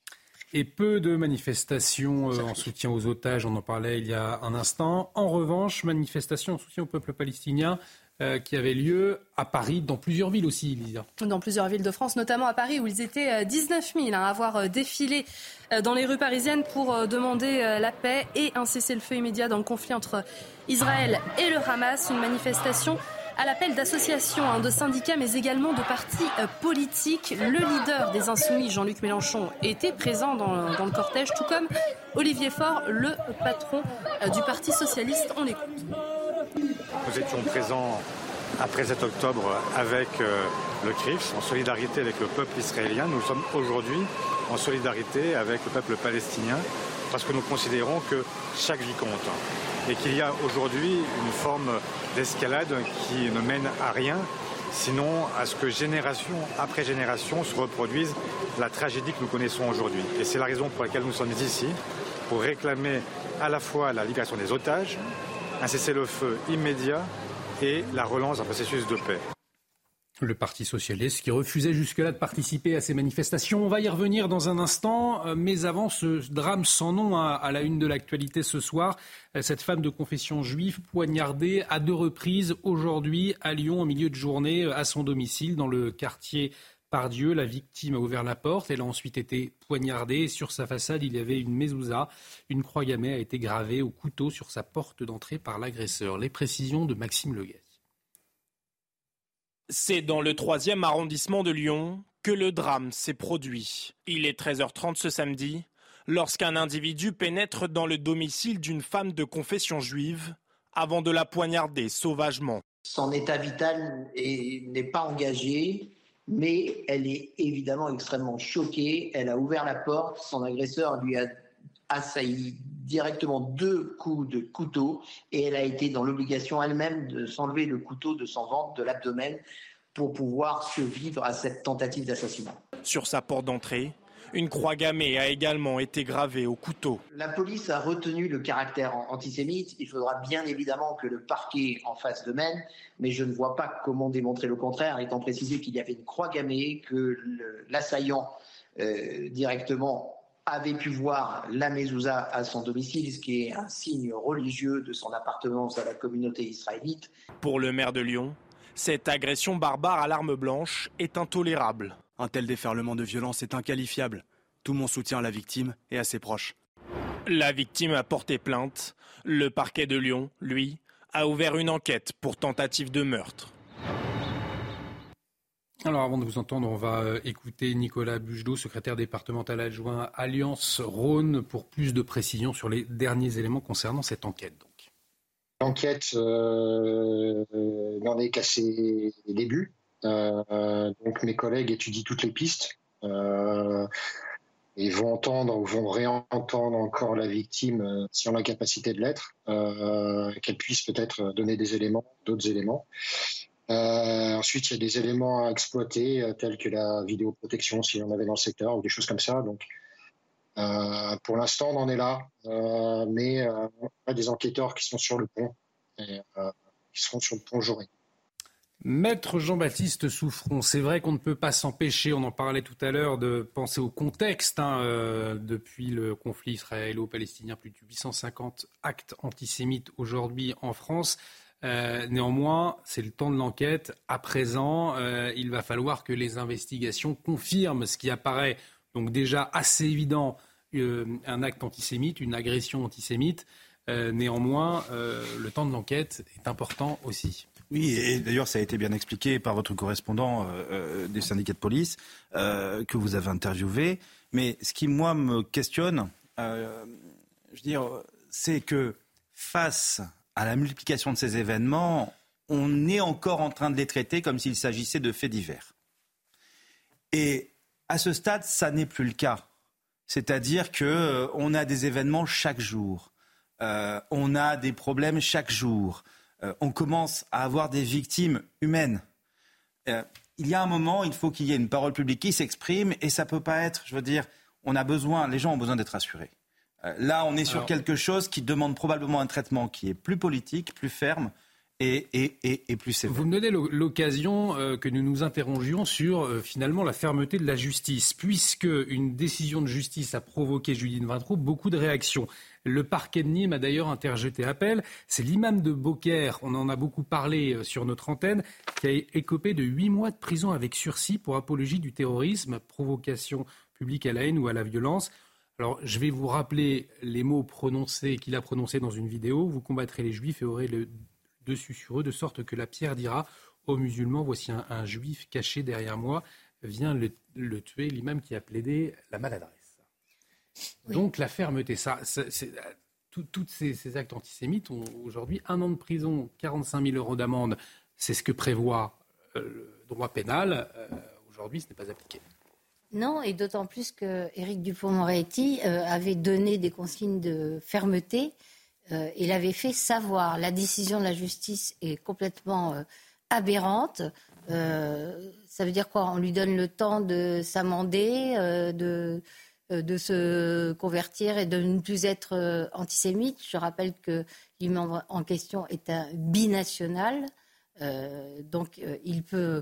Et peu de manifestations euh, en soutien aux otages, on en parlait il y a un instant. En revanche, manifestations en soutien au peuple palestinien euh, qui avaient lieu à Paris, dans plusieurs villes aussi, Lisa. Dans plusieurs villes de France, notamment à Paris, où ils étaient dix-neuf mille hein, à avoir défilé dans les rues parisiennes pour demander la paix et un cessez-le-feu immédiat dans le conflit entre Israël et le Hamas. Une manifestation à l'appel d'associations, hein, de syndicats, mais également de partis euh, politiques. Le leader des Insoumis, Jean-Luc Mélenchon, était présent dans, dans le cortège, tout comme Olivier Faure, le patron euh, du Parti socialiste. On l'écoute. Nous étions présents après le sept octobre avec euh, le C R I F, en solidarité avec le peuple israélien. Nous sommes aujourd'hui en solidarité avec le peuple palestinien, parce que nous considérons que chaque vie compte. Et qu'il y a aujourd'hui une forme d'escalade qui ne mène à rien, sinon à ce que génération après génération se reproduise la tragédie que nous connaissons aujourd'hui. Et c'est la raison pour laquelle nous sommes ici, pour réclamer à la fois la libération des otages, un cessez-le-feu immédiat et la relance d'un processus de paix. Le Parti socialiste qui refusait jusque-là de participer à ces manifestations. On va y revenir dans un instant, mais avant ce drame sans nom à la une de l'actualité ce soir. Cette femme de confession juive poignardée à deux reprises aujourd'hui à Lyon en milieu de journée à son domicile dans le quartier Pardieu. La victime a ouvert la porte, elle a ensuite été poignardée. Sur sa façade, il y avait une mezouza. Une croix gammée a été gravée au couteau sur sa porte d'entrée par l'agresseur. Les précisions de Maxime Leguet. C'est dans le troisième arrondissement de Lyon que le drame s'est produit. Il est treize heures trente ce samedi, lorsqu'un individu pénètre dans le domicile d'une femme de confession juive avant de la poignarder sauvagement. Son état vital est, n'est pas engagé, mais elle est évidemment extrêmement choquée. Elle a ouvert la porte, son agresseur lui a assailli directement deux coups de couteau et elle a été dans l'obligation elle-même de s'enlever le couteau de son ventre, de l'abdomen, pour pouvoir survivre à cette tentative d'assassinat. Sur sa porte d'entrée, une croix gammée a également été gravée au couteau. La police a retenu le caractère antisémite. Il faudra bien évidemment que le parquet en fasse de même, mais je ne vois pas comment démontrer le contraire, étant précisé qu'il y avait une croix gammée, que le, l'assaillant euh, directement avait pu voir la mezouza à son domicile, ce qui est un signe religieux de son appartenance à la communauté israélite. Pour le maire de Lyon, cette agression barbare à l'arme blanche est intolérable. Un tel déferlement de violence est inqualifiable. Tout mon soutien à la victime et à ses proches. La victime a porté plainte. Le parquet de Lyon, lui, a ouvert une enquête pour tentative de meurtre. Alors avant de vous entendre, on va écouter Nicolas Bugedaud, secrétaire départemental adjoint Alliance Rhône, pour plus de précisions sur les derniers éléments concernant cette enquête. Donc. L'enquête euh, n'en est qu'à ses débuts. Euh, donc mes collègues étudient toutes les pistes euh, et vont entendre ou vont réentendre encore la victime euh, si on a la capacité de l'être, euh, qu'elle puisse peut-être donner des éléments, d'autres éléments. Euh, ensuite, il y a des éléments à exploiter, euh, tels que la vidéoprotection, si on avait dans le secteur, ou des choses comme ça. Donc, euh, pour l'instant, on en est là, euh, mais euh, on a des enquêteurs qui sont sur le pont, et euh, qui seront sur le pont aujourd'hui. Maître Jean-Baptiste Souffron, c'est vrai qu'on ne peut pas s'empêcher, on en parlait tout à l'heure, de penser au contexte. Hein, euh, depuis le conflit israélo-palestinien, plus de huit cent cinquante actes antisémites aujourd'hui en France. Euh, néanmoins, c'est le temps de l'enquête. À présent, euh, il va falloir que les investigations confirment ce qui apparaît donc déjà assez évident, euh, un acte antisémite, une agression antisémite. Euh, néanmoins, euh, le temps de l'enquête est important aussi. Oui, et d'ailleurs, ça a été bien expliqué par votre correspondant euh, des syndicats de police euh, que vous avez interviewé. Mais ce qui, moi, me questionne, euh, je veux dire, c'est que face à la multiplication de ces événements, on est encore en train de les traiter comme s'il s'agissait de faits divers. Et à ce stade, ça n'est plus le cas. C'est-à-dire qu'on euh, a des événements chaque jour. Euh, on a des problèmes chaque jour. Euh, on commence à avoir des victimes humaines. Euh, il y a un moment, il faut qu'il y ait une parole publique qui s'exprime et ça ne peut pas être, je veux dire, on a besoin, les gens ont besoin d'être rassurés. Euh, là, on est sur Alors... quelque chose qui demande probablement un traitement qui est plus politique, plus ferme et, et, et, et plus sévère. Vous me donnez l'occasion euh, que nous nous interrogions sur euh, finalement la fermeté de la justice, puisque une décision de justice a provoqué, Judith Vintraud, beaucoup de réactions. Le parquet de Nîmes a d'ailleurs interjeté appel. C'est l'imam de Beaucaire, on en a beaucoup parlé sur notre antenne, qui a écopé de huit mois de prison avec sursis pour apologie du terrorisme, provocation publique à la haine ou à la violence. Alors, je vais vous rappeler les mots prononcés qu'il a prononcés dans une vidéo. Vous combattrez les juifs et aurez le dessus sur eux, de sorte que la pierre dira aux musulmans, voici un, un juif caché derrière moi, viens le, le tuer, l'imam qui a plaidé la maladresse. Oui. Donc la fermeté, ça, c'est, c'est, tous ces, ces actes antisémites ont aujourd'hui un an de prison, quarante-cinq mille euros d'amende. C'est ce que prévoit euh, le droit pénal. Euh, aujourd'hui, ce n'est pas appliqué. Non, et d'autant plus que Éric Dupond-Moretti euh, avait donné des consignes de fermeté. Euh, il avait fait savoir la décision de la justice est complètement euh, aberrante. Euh, ça veut dire quoi ? On lui donne le temps de s'amender, euh, de... de se convertir et de ne plus être euh, antisémite. Je rappelle que l'imam en question est un binational, euh, donc euh, il peut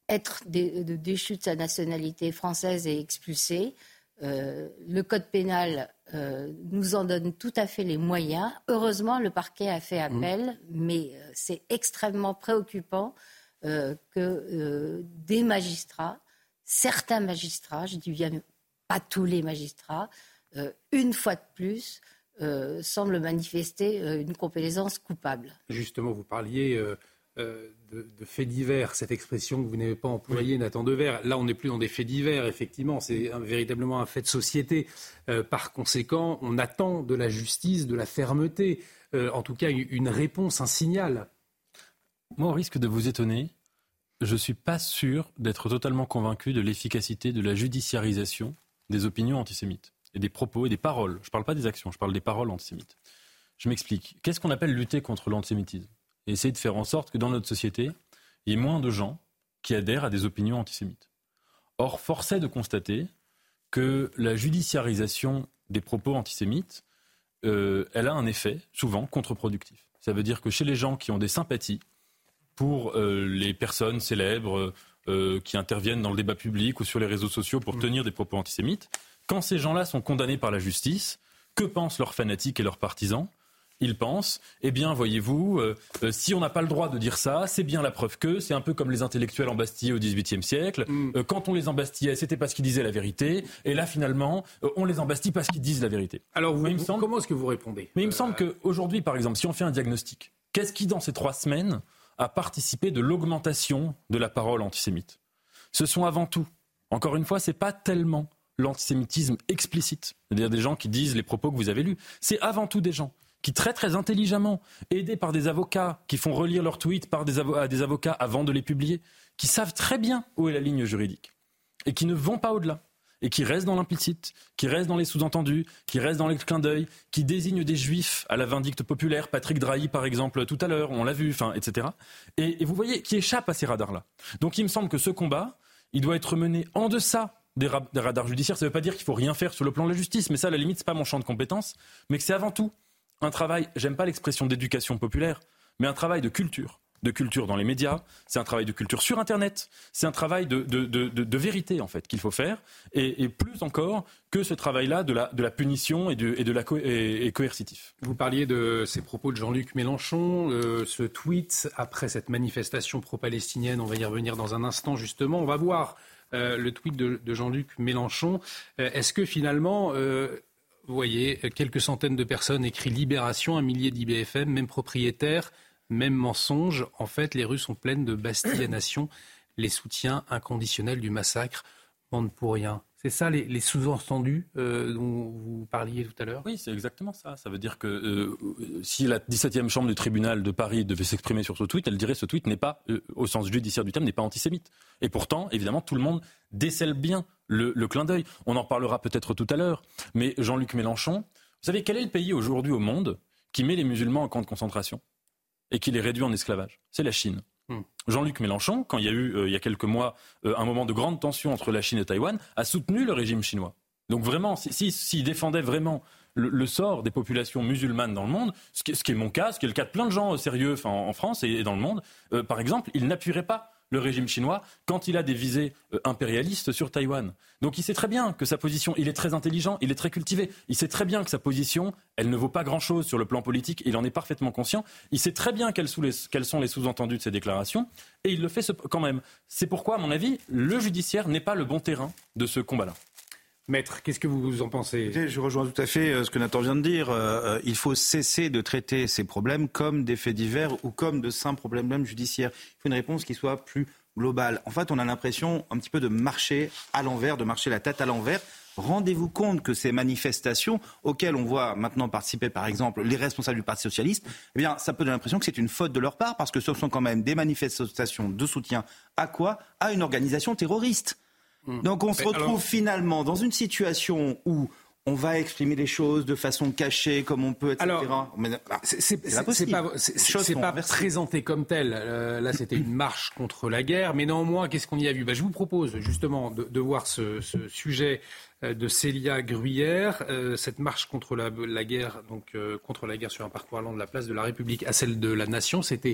être dé, de, déchu de sa nationalité française et expulsé. Euh, le code pénal euh, nous en donne tout à fait les moyens. Heureusement, le parquet a fait appel, mmh. mais euh, c'est extrêmement préoccupant euh, que euh, des magistrats, certains magistrats, je dis bien pas tous les magistrats, euh, une fois de plus, euh, semblent manifester euh, une complaisance coupable. Justement, vous parliez... Euh... Euh, de, de faits divers, cette expression que vous n'avez pas employée, oui. Nathan Devers. Là, on n'est plus dans des faits divers, effectivement. C'est un, véritablement un fait de société. Euh, par conséquent, on attend de la justice, de la fermeté, euh, en tout cas une, une réponse, un signal. Moi, au risque de vous étonner, je ne suis pas sûr d'être totalement convaincu de l'efficacité de la judiciarisation des opinions antisémites et des propos et des paroles. Je ne parle pas des actions, je parle des paroles antisémites. Je m'explique. Qu'est-ce qu'on appelle lutter contre l'antisémitisme ? Et essayer de faire en sorte que dans notre société, il y ait moins de gens qui adhèrent à des opinions antisémites. Or, force est de constater que la judiciarisation des propos antisémites, euh, elle a un effet, souvent, contre-productif. Ça veut dire que chez les gens qui ont des sympathies pour euh, les personnes célèbres euh, qui interviennent dans le débat public ou sur les réseaux sociaux pour mmh. tenir des propos antisémites, quand ces gens-là sont condamnés par la justice, que pensent leurs fanatiques et leurs partisans ? Ils pensent, eh bien, voyez-vous, euh, euh, si on n'a pas le droit de dire ça, c'est bien la preuve que c'est un peu comme les intellectuels embastillés au dix-huitième siècle. Mm. Euh, quand on les embastillait, c'était parce qu'ils disaient la vérité. Et là, finalement, euh, on les embastille parce qu'ils disent la vérité. Alors, vous, il me vous, semble... comment est-ce que vous répondez ? Mais il me semble qu'aujourd'hui, par exemple, si on fait un diagnostic, qu'est-ce qui, dans ces trois semaines, a participé de l'augmentation de la parole antisémite ? Ce sont avant tout, encore une fois, c'est pas tellement l'antisémitisme explicite, c'est-à-dire des gens qui disent les propos que vous avez lus. C'est avant tout des gens qui très très intelligemment, aidés par des avocats qui font relire leurs tweets par des avo- à des avocats avant de les publier, qui savent très bien où est la ligne juridique et qui ne vont pas au-delà et qui restent dans l'implicite, qui restent dans les sous-entendus, qui restent dans les clins d'œil, qui désignent des juifs à la vindicte populaire, Patrick Drahi par exemple tout à l'heure, on l'a vu, enfin, et cetera. Et, et vous voyez, qui échappent à ces radars-là. Donc il me semble que ce combat, il doit être mené en deçà des, ra- des radars judiciaires. Ça ne veut pas dire qu'il faut rien faire sur le plan de la justice, mais ça à la limite c'est pas mon champ de compétences, mais que c'est avant tout un travail, j'aime pas l'expression d'éducation populaire, mais un travail de culture. De culture dans les médias, c'est un travail de culture sur Internet, c'est un travail de, de, de, de, de vérité en fait qu'il faut faire, et, et plus encore que ce travail-là de la, de la punition et, de, et, de la co- et, et coercitif. Vous parliez de ces propos de Jean-Luc Mélenchon, euh, ce tweet après cette manifestation pro-palestinienne, on va y revenir dans un instant justement, on va voir euh, le tweet de, de Jean-Luc Mélenchon. Euh, est-ce que finalement... Euh, Vous voyez, quelques centaines de personnes écrit Libération, un millier d'I B F M, même propriétaire, même mensonge. En fait, les rues sont pleines de Bastille-Nation, les soutiens inconditionnels du massacre. Bande pour rien. C'est ça les, les sous-entendus euh, dont vous parliez tout à l'heure ? Oui, c'est exactement ça. Ça veut dire que euh, si la dix-septième chambre du tribunal de Paris devait s'exprimer sur ce tweet, elle dirait que ce tweet n'est pas, euh, au sens judiciaire du terme, n'est pas antisémite. Et pourtant, évidemment, tout le monde décèle bien le, le clin d'œil. On en parlera peut-être tout à l'heure. Mais Jean-Luc Mélenchon, vous savez, quel est le pays aujourd'hui au monde qui met les musulmans en camp de concentration et qui les réduit en esclavage ? C'est la Chine. Jean-Luc Mélenchon, quand il y a eu, euh, il y a quelques mois, euh, un moment de grande tension entre la Chine et Taïwan, a soutenu le régime chinois. Donc vraiment, s'il si, si défendait vraiment le, le sort des populations musulmanes dans le monde, ce qui, ce qui est mon cas, ce qui est le cas de plein de gens sérieux en, en France et, et dans le monde, euh, par exemple, il n'appuierait pas le régime chinois quand il a des visées euh, impérialistes sur Taïwan. Donc il sait très bien que sa position, il est très intelligent, il est très cultivé, il sait très bien que sa position, elle ne vaut pas grand-chose sur le plan politique, il en est parfaitement conscient, il sait très bien quels sont les, quels sont les sous-entendus de ses déclarations, et il le fait quand même. C'est pourquoi, à mon avis, le judiciaire n'est pas le bon terrain de ce combat-là. Maître, qu'est-ce que vous en pensez ? Écoutez, je rejoins tout à fait ce que Nathan vient de dire. Euh, il faut cesser de traiter ces problèmes comme des faits divers ou comme de simples problèmes judiciaires. Il faut une réponse qui soit plus globale. En fait, on a l'impression un petit peu de marcher à l'envers, de marcher la tête à l'envers. Rendez-vous compte que ces manifestations auxquelles on voit maintenant participer, par exemple, les responsables du Parti socialiste, eh bien, ça peut donner l'impression que c'est une faute de leur part parce que ce sont quand même des manifestations de soutien à quoi ? À une organisation terroriste. Donc on se retrouve alors... finalement dans une situation où on va exprimer les choses de façon cachée, comme on peut, et cetera. Alors, mais, c'est, c'est, c'est, c'est pas, c'est, c'est pas présenté comme tel. Euh, là, c'était une marche contre la guerre, mais néanmoins, qu'est-ce qu'on y a vu ? Ben, je vous propose justement de, de voir ce, ce sujet de Célia Gruyère, euh, cette marche contre la, la guerre, donc euh, contre la guerre sur un parcours allant de la place de la République à celle de la Nation. C'était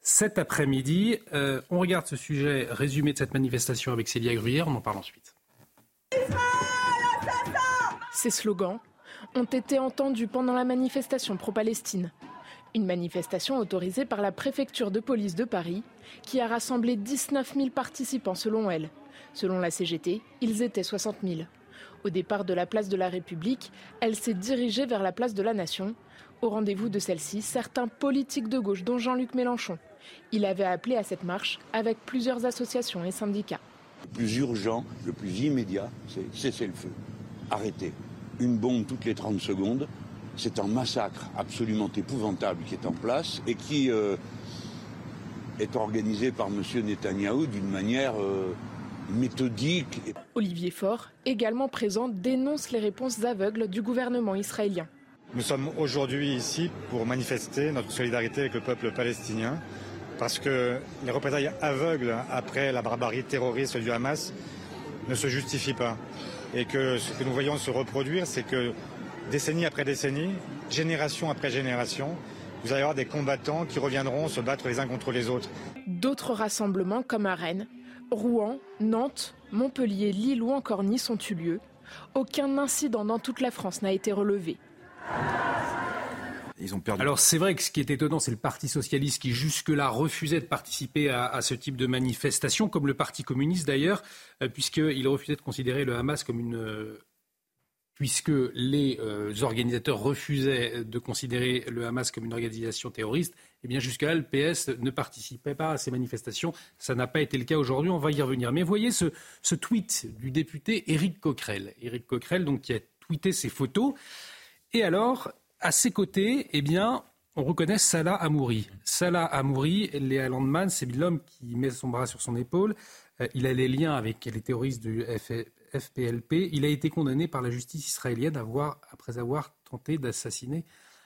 cet après-midi. Euh, on regarde ce sujet résumé de cette manifestation avec Célia Gruyère, on en parle ensuite. Ces slogans ont été entendus pendant la manifestation pro-Palestine. Une manifestation autorisée par la préfecture de police de Paris qui a rassemblé dix-neuf mille participants selon elle. Selon la C G T, ils étaient soixante mille. Au départ de la place de la République, elle s'est dirigée vers la place de la Nation. Au rendez-vous de celle-ci, certains politiques de gauche, dont Jean-Luc Mélenchon. Il avait appelé à cette marche avec plusieurs associations et syndicats. Le plus urgent, le plus immédiat, c'est cesser le feu. Arrêter. Une bombe toutes les trente secondes, c'est un massacre absolument épouvantable qui est en place et qui euh, est organisé par M. Netanyahou d'une manière euh, méthodique. Olivier Faure, également présent, dénonce les réponses aveugles du gouvernement israélien. Nous sommes aujourd'hui ici pour manifester notre solidarité avec le peuple palestinien parce que les représailles aveugles après la barbarie terroriste du Hamas ne se justifient pas. Et que ce que nous voyons se reproduire, c'est que décennie après décennie, génération après génération, vous allez avoir des combattants qui reviendront se battre les uns contre les autres. D'autres rassemblements comme à Rennes, Rouen, Nantes, Montpellier, Lille ou encore Nice ont eu lieu. Aucun incident dans toute la France n'a été relevé. Ils ont perdu. Alors c'est vrai que ce qui est étonnant, c'est le Parti socialiste qui jusque-là refusait de participer à, à ce type de manifestation, comme le Parti communiste d'ailleurs, euh, puisqu'il refusait de considérer le Hamas comme une... Euh, puisque les euh, organisateurs refusaient de considérer le Hamas comme une organisation terroriste, eh bien jusqu'à là, le P S ne participait pas à ces manifestations. Ça n'a pas été le cas aujourd'hui, on va y revenir. Mais voyez ce, ce tweet du député Éric Coquerel. Éric Coquerel, donc, qui a tweeté ces photos. Et alors... à ses côtés, eh bien, on reconnaît Salah Hamouri. Salah Hamouri, Léa Landman, c'est l'homme qui met son bras sur son épaule. Euh, il a les liens avec les terroristes du F P L P. Il a été condamné par la justice israélienne avoir, après avoir tenté d'assassiner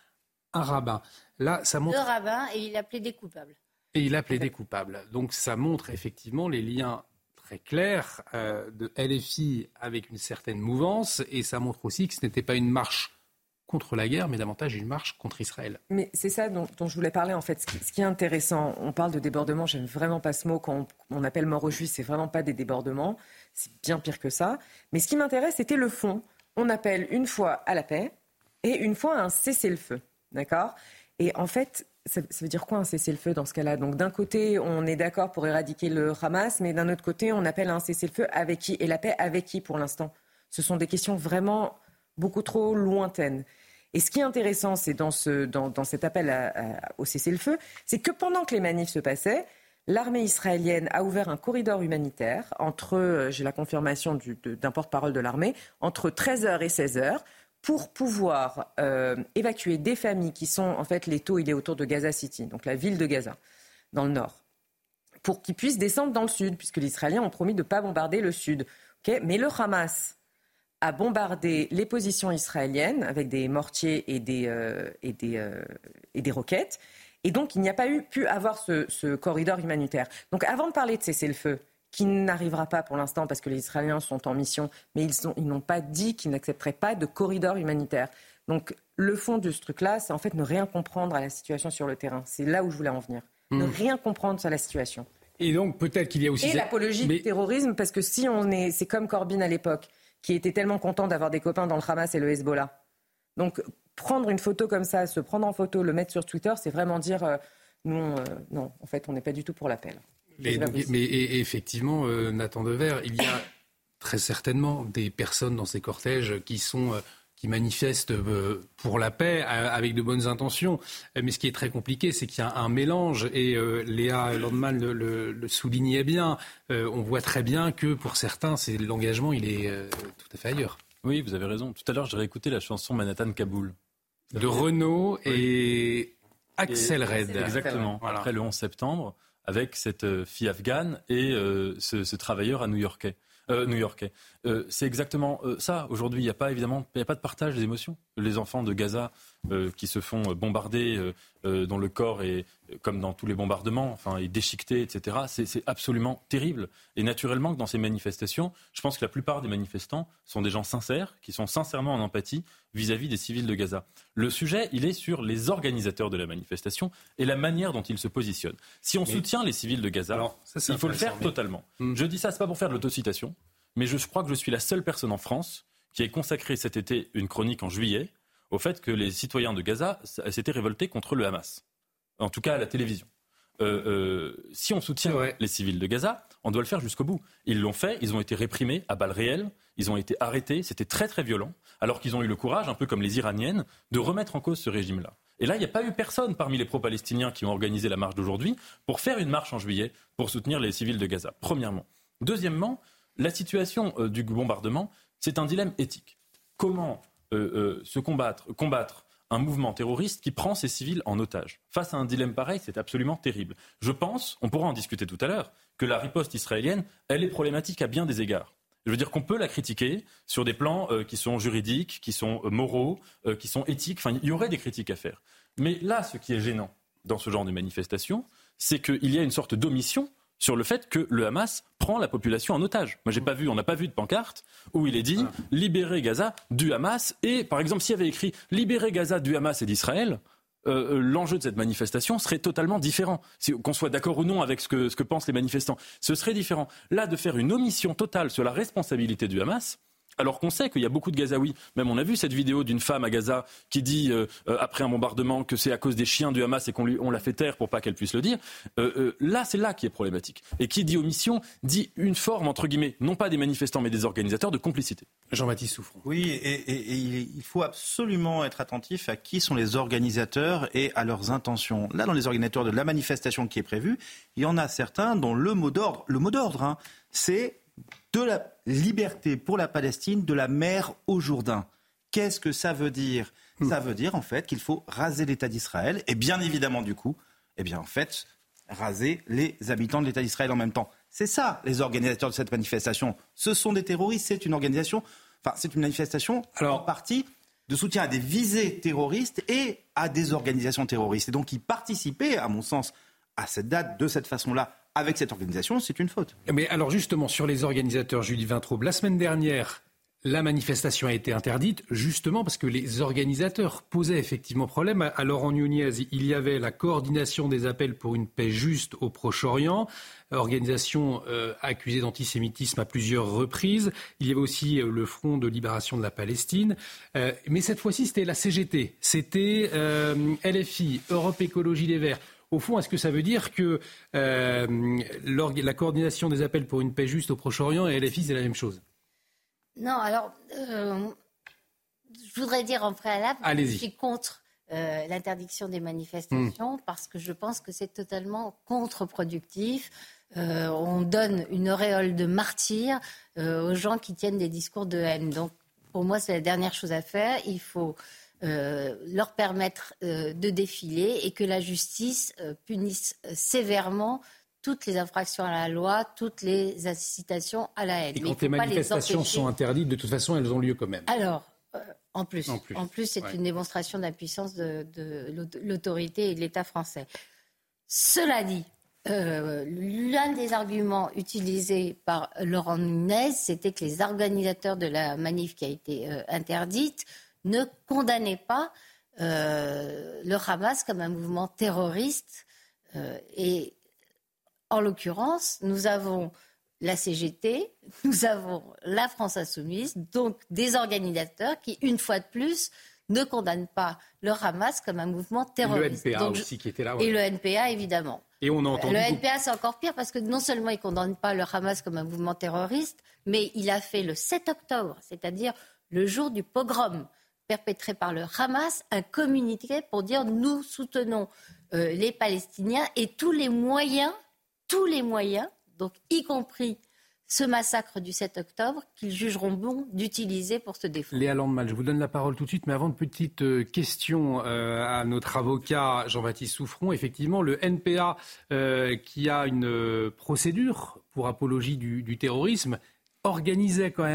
un rabbin. Là, ça montre... Le rabbin, et il a plaidé coupable. Et il a plaidé coupable. Donc ça montre effectivement les liens très clairs euh, de L F I avec une certaine mouvance. Et ça montre aussi que ce n'était pas une marche contre la guerre, mais davantage une marche contre Israël. Mais c'est ça dont, dont je voulais parler, en fait. Ce qui, ce qui est intéressant, on parle de débordement, j'aime vraiment pas ce mot, quand on, on appelle mort aux Juifs, c'est vraiment pas des débordements, c'est bien pire que ça. Mais ce qui m'intéresse, c'était le fond. On appelle une fois à la paix et une fois à un cessez-le-feu, d'accord ? Et en fait, ça, ça veut dire quoi un cessez-le-feu dans ce cas-là ? Donc d'un côté, on est d'accord pour éradiquer le Hamas, mais d'un autre côté, on appelle à un cessez-le-feu avec qui ? Et la paix avec qui pour l'instant ? Ce sont des questions vraiment... beaucoup trop lointaine. Et ce qui est intéressant, c'est dans, ce, dans, dans cet appel à, à, au cessez-le-feu, c'est que pendant que les manifs se passaient, l'armée israélienne a ouvert un corridor humanitaire entre, j'ai la confirmation du, de, d'un porte-parole de l'armée, entre treize heures et seize heures, pour pouvoir euh, évacuer des familles qui sont, en fait, l'étau, il est autour de Gaza City, donc la ville de Gaza, dans le nord, pour qu'ils puissent descendre dans le sud, puisque les Israéliens ont promis de ne pas bombarder le sud. Okay ? Mais le Hamas a bombardé les positions israéliennes avec des mortiers et des, euh, et des, euh, et des roquettes. Et donc, il n'y a pas eu, pu avoir ce, ce corridor humanitaire. Donc, avant de parler de cessez-le-feu, qui n'arrivera pas pour l'instant parce que les Israéliens sont en mission, mais ils, sont, ils n'ont pas dit qu'ils n'accepteraient pas de corridor humanitaire. Donc, le fond de ce truc-là, c'est en fait ne rien comprendre à la situation sur le terrain. C'est là où je voulais en venir. Mmh. Ne rien comprendre à la situation. Et donc, peut-être qu'il y a aussi... Et l'apologie mais... du terrorisme, parce que si on est... C'est comme Corbyn à l'époque, qui était tellement content d'avoir des copains dans le Hamas et le Hezbollah. Donc, prendre une photo comme ça, se prendre en photo, le mettre sur Twitter, c'est vraiment dire euh, non, euh, non, en fait, on n'est pas du tout pour l'appel. Mais, donc, mais et, et effectivement, euh, Nathan Devers, il y a très certainement des personnes dans ces cortèges qui sont... Euh, qui manifestent pour la paix avec de bonnes intentions. Mais ce qui est très compliqué, c'est qu'il y a un mélange, et euh, Léa Landman le, le, le soulignait bien. Euh, on voit très bien que pour certains, c'est, l'engagement, il est euh, tout à fait ailleurs. Oui, vous avez raison. Tout à l'heure, j'ai réécouté la chanson Manhattan Kaboul. De Renaud et oui. Axel Red. Exactement, voilà. Après le onze septembre, avec cette fille afghane et euh, ce, ce travailleur à New-Yorkais. Euh, New-Yorkais. Euh, c'est exactement euh, ça. Aujourd'hui, il n'y a pas évidemment, il n'y a pas de partage des émotions. les enfants de Gaza euh, qui se font bombarder, euh, euh, dont le corps est, comme dans tous les bombardements, enfin, est déchiqueté, et cetera. C'est, c'est absolument terrible. Et naturellement, que dans ces manifestations, je pense que la plupart des manifestants sont des gens sincères, qui sont sincèrement en empathie vis-à-vis des civils de Gaza. Le sujet, il est sur les organisateurs de la manifestation et la manière dont ils se positionnent. Si on mais... soutient les civils de Gaza, alors, ça, il faut le faire mais... totalement. Mmh. Je dis ça, c'est pas pour faire de l'autocitation, mais je crois que je suis la seule personne en France qui ait consacré cet été une chronique en juillet au fait que les citoyens de Gaza s'étaient révoltés contre le Hamas. En tout cas, à la télévision. Euh, euh, si on soutient les civils de Gaza, on doit le faire jusqu'au bout. Ils l'ont fait, ils ont été réprimés à balles réelles, ils ont été arrêtés, c'était très très violent, alors qu'ils ont eu le courage, un peu comme les Iraniennes, de remettre en cause ce régime-là. Et là, il n'y a pas eu personne parmi les pro-palestiniens qui ont organisé la marche d'aujourd'hui pour faire une marche en juillet pour soutenir les civils de Gaza, premièrement. Deuxièmement, la situation euh, du bombardement, c'est un dilemme éthique. Comment euh, euh, se combattre, combattre un mouvement terroriste qui prend ses civils en otage? Face à un dilemme pareil, c'est absolument terrible. Je pense, on pourra en discuter tout à l'heure, que la riposte israélienne, elle est problématique à bien des égards. Je veux dire qu'on peut la critiquer sur des plans euh, qui sont juridiques, qui sont euh, moraux, euh, qui sont éthiques. Enfin, il y aurait des critiques à faire. Mais là, ce qui est gênant dans ce genre de manifestation, c'est qu'il y a une sorte d'omission sur le fait que le Hamas prend la population en otage. Moi, j'ai pas vu, on n'a pas vu de pancarte où il est dit « Libérez Gaza du Hamas ». Et, par exemple, s'il y avait écrit « Libérez Gaza du Hamas et d'Israël », euh, l'enjeu de cette manifestation serait totalement différent. Si, qu'on soit d'accord ou non avec ce que, ce que pensent les manifestants, ce serait différent. Là, de faire une omission totale sur la responsabilité du Hamas, alors qu'on sait qu'il y a beaucoup de Gazaouis. Même on a vu cette vidéo d'une femme à Gaza qui dit euh, euh, après un bombardement que c'est à cause des chiens du Hamas et qu'on lui, on l'a fait taire pour pas qu'elle puisse le dire. Euh, euh, là, c'est là qui est problématique. Et qui dit omission dit une forme, entre guillemets, non pas des manifestants mais des organisateurs, de complicité. Jean-Baptiste Souffron. Oui, et, et, et il faut absolument être attentif à qui sont les organisateurs et à leurs intentions. Là, dans les organisateurs de la manifestation qui est prévue, il y en a certains dont le mot d'ordre, le mot d'ordre, hein, c'est de la liberté pour la Palestine, de la mer au Jourdain. Qu'est-ce que ça veut dire ? mmh. Ça veut dire en fait qu'il faut raser l'État d'Israël et bien évidemment du coup, eh bien en fait, raser les habitants de l'État d'Israël en même temps. C'est ça les organisateurs de cette manifestation. Ce sont des terroristes, c'est une organisation, enfin c'est une manifestation Alors, en partie de soutien à des visées terroristes et à des organisations terroristes. Et donc y participer, à mon sens, à cette date de cette façon-là, avec cette organisation, c'est une faute. Mais alors justement, sur les organisateurs, Julie Vintraube, la semaine dernière, la manifestation a été interdite justement parce que les organisateurs posaient effectivement problème. À Laurent Nunez, il y avait la coordination des appels pour une paix juste au Proche-Orient, organisation euh, accusée d'antisémitisme à plusieurs reprises. Il y avait aussi euh, le Front de libération de la Palestine. Euh, mais cette fois-ci, c'était la C G T, c'était euh, L F I, Europe Écologie Les Verts. Au fond, est-ce que ça veut dire que euh, la coordination des appels pour une paix juste au Proche-Orient et L F I, c'est la même chose ? Non, alors, euh, je voudrais dire en préalable que je suis contre euh, l'interdiction des manifestations mmh. parce que je pense que c'est totalement contre-productif. Euh, on donne une auréole de martyr euh, aux gens qui tiennent des discours de haine. Donc, pour moi, c'est la dernière chose à faire. Il faut... Euh, leur permettre euh, de défiler et que la justice euh, punisse euh, sévèrement toutes les infractions à la loi, toutes les incitations à la haine. Et quand les manifestations sont interdites, de toute façon, elles ont lieu quand même. Alors, euh, en plus, en plus, en plus c'est ouais. une démonstration d'impuissance de, de l'autorité et de l'État français. Cela dit, euh, l'un des arguments utilisés par Laurent Nunez, c'était que les organisateurs de la manif qui a été euh, interdite ne condamnait pas euh, le Hamas comme un mouvement terroriste. Euh, et en l'occurrence, nous avons la C G T, nous avons la France Insoumise, donc des organisateurs qui, une fois de plus, ne condamnent pas le Hamas comme un mouvement terroriste. Et le N P A donc, aussi qui était là. Ouais. Et le N P A, évidemment. Et on a entendu le N P A, c'est encore pire parce que non seulement il ne condamne pas le Hamas comme un mouvement terroriste, mais il a fait le sept octobre, c'est-à-dire le jour du pogrom perpétré par le Hamas, un communiqué pour dire nous soutenons euh, les Palestiniens et tous les moyens, tous les moyens, donc y compris ce massacre du sept octobre, qu'ils jugeront bon d'utiliser pour se défendre. Léa Landmal, je vous donne la parole tout de suite, mais avant, une petite euh, question euh, à notre avocat Jean-Baptiste Souffron. Effectivement, le N P A euh, qui a une euh, procédure pour apologie du, du terrorisme organisait quand même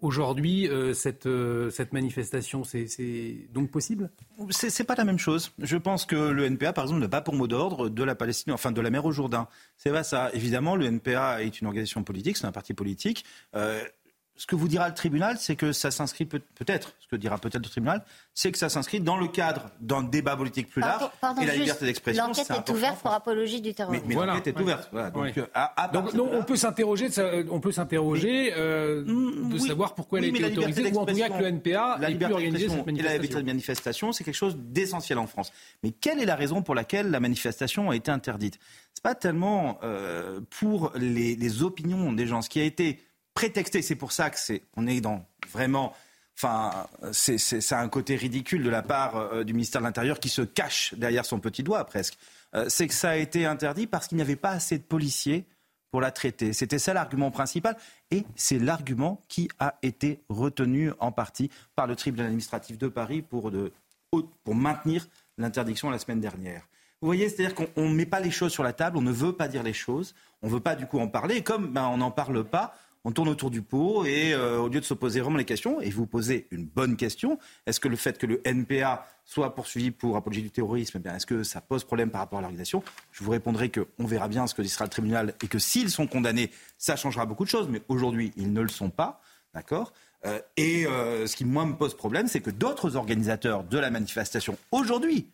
Aujourd'hui, euh, cette, euh, cette manifestation, c'est, c'est donc possible ? c'est, c'est pas la même chose. Je pense que le N P A, par exemple, n'a pas pour mot d'ordre de la Palestine, enfin de la mer au Jourdain. C'est pas ça. Évidemment, le N P A est une organisation politique, c'est un parti politique. Euh, Ce que vous dira le tribunal, c'est que ça s'inscrit peut- peut-être, ce que dira peut-être le tribunal, c'est que ça s'inscrit dans le cadre d'un débat politique plus large. Pardon, pardon, et la juste, liberté d'expression, l'enquête c'est est important. ouverte pour apologie du terrorisme. Mais, mais Voilà. l'enquête est ouverte. Voilà. Donc, Oui. euh, à, à Donc, partir de donc, là- on peut s'interroger, de sa- on peut s'interroger euh, de oui. savoir pourquoi Oui, elle mais a la été liberté autorisée, ou en tout cas que d'expression, le N P A la ait pu liberté organiser cette d'expression et la liberté manifestation. de manifestation, c'est quelque chose d'essentiel en France. Mais quelle est la raison pour laquelle la manifestation a été interdite ? C'est pas tellement euh, pour les, les opinions des gens. Ce qui a été prétexté, c'est pour ça que c'est, on est dans vraiment, enfin, c'est, c'est, c'est un côté ridicule de la part euh, du ministère de l'Intérieur qui se cache derrière son petit doigt presque. Euh, c'est que ça a été interdit parce qu'il n'y avait pas assez de policiers pour la traiter. C'était ça l'argument principal et c'est l'argument qui a été retenu en partie par le tribunal administratif de Paris pour, de, pour maintenir l'interdiction la semaine dernière. Vous voyez, c'est-à-dire qu'on ne met pas les choses sur la table, on ne veut pas dire les choses, on ne veut pas du coup en parler et comme ben, on n'en parle pas, on tourne autour du pot et euh, au lieu de se poser vraiment les questions, et vous posez une bonne question, est-ce que le fait que le N P A soit poursuivi pour apologie du terrorisme, eh bien, est-ce que ça pose problème par rapport à l'organisation ? Je vous répondrai qu'on verra bien ce que sera le tribunal et que s'ils sont condamnés, ça changera beaucoup de choses, mais aujourd'hui, ils ne le sont pas, d'accord ? euh, Et euh, ce qui, moi, me pose problème, c'est que d'autres organisateurs de la manifestation, aujourd'hui,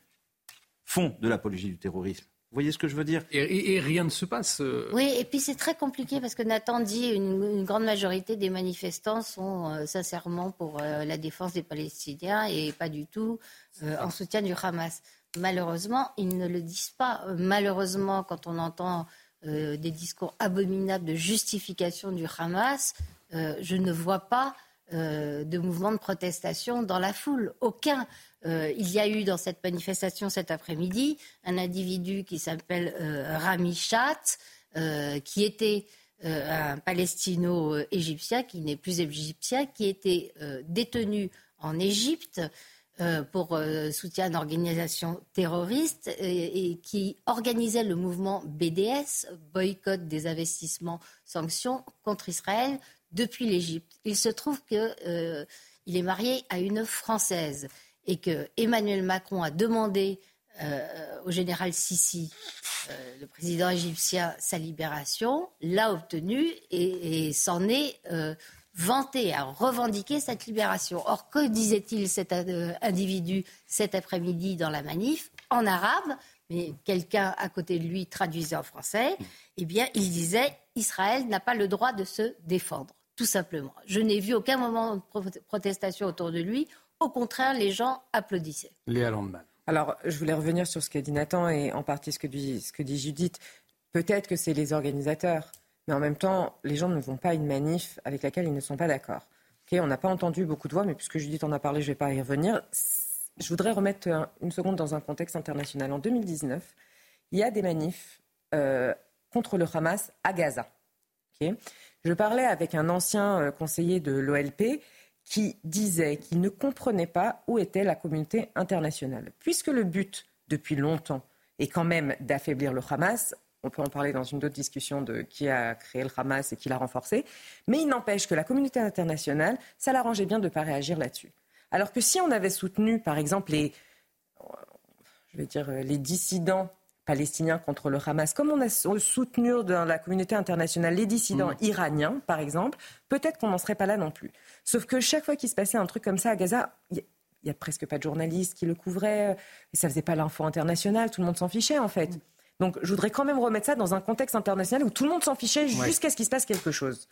font de l'apologie du terrorisme. Vous voyez ce que je veux dire ? et, et, et rien ne se passe. Euh... Oui, et puis c'est très compliqué parce que Nathan dit une, une grande majorité des manifestants sont euh, sincèrement pour euh, la défense des Palestiniens et pas du tout euh, en soutien du Hamas. Malheureusement, ils ne le disent pas. Malheureusement, quand on entend euh, des discours abominables de justification du Hamas, euh, je ne vois pas euh, de mouvement de protestation dans la foule. Aucun. Euh, il y a eu dans cette manifestation cet après-midi un individu qui s'appelle euh, Rami Chat, euh, qui était euh, un palestino-égyptien, qui n'est plus égyptien, qui était euh, détenu en Égypte euh, pour euh, soutien à une organisation terroriste et, et qui organisait le mouvement B D S, boycott des investissements, sanctions, contre Israël depuis l'Égypte. Il se trouve qu'il euh, est marié à une Française. Et que Emmanuel Macron a demandé euh, au général Sisi, euh, le président égyptien, sa libération, l'a obtenu et, et s'en est euh, vanté, a revendiqué cette libération. Or, que disait-il cet euh, individu cet après-midi dans la manif ? En arabe, mais quelqu'un à côté de lui traduisait en français, eh bien, il disait « Israël n'a pas le droit de se défendre », tout simplement. Je n'ai vu aucun moment de pro- protestation autour de lui. Au contraire, les gens applaudissaient. Léa Landman. Alors, je voulais revenir sur ce que dit Nathan et en partie ce que dit, ce que dit Judith. Peut-être que c'est les organisateurs, mais en même temps, les gens ne vont pas à une manif avec laquelle ils ne sont pas d'accord. Okay, on n'a pas entendu beaucoup de voix, mais puisque Judith en a parlé, je ne vais pas y revenir. Je voudrais remettre une seconde dans un contexte international. En deux mille dix-neuf, il y a des manifs euh, contre le Hamas à Gaza. Okay, je parlais avec un ancien conseiller de l'O L P qui disait qu'il ne comprenait pas où était la communauté internationale. Puisque le but, depuis longtemps, est quand même d'affaiblir le Hamas, on peut en parler dans une autre discussion de qui a créé le Hamas et qui l'a renforcé, mais il n'empêche que la communauté internationale, ça l'arrangeait bien de ne pas réagir là-dessus. Alors que si on avait soutenu, par exemple, les, je vais dire, les dissidents palestiniens contre le Hamas, comme on a soutenu dans la communauté internationale les dissidents mmh. iraniens, par exemple, peut-être qu'on n'en serait pas là non plus. Sauf que chaque fois qu'il se passait un truc comme ça à Gaza, il n'y a, a presque pas de journalistes qui le couvraient, et ça ne faisait pas l'info internationale, tout le monde s'en fichait en fait. Mmh. Donc je voudrais quand même remettre ça dans un contexte international où tout le monde s'en fichait ouais. jusqu'à ce qu'il se passe quelque chose.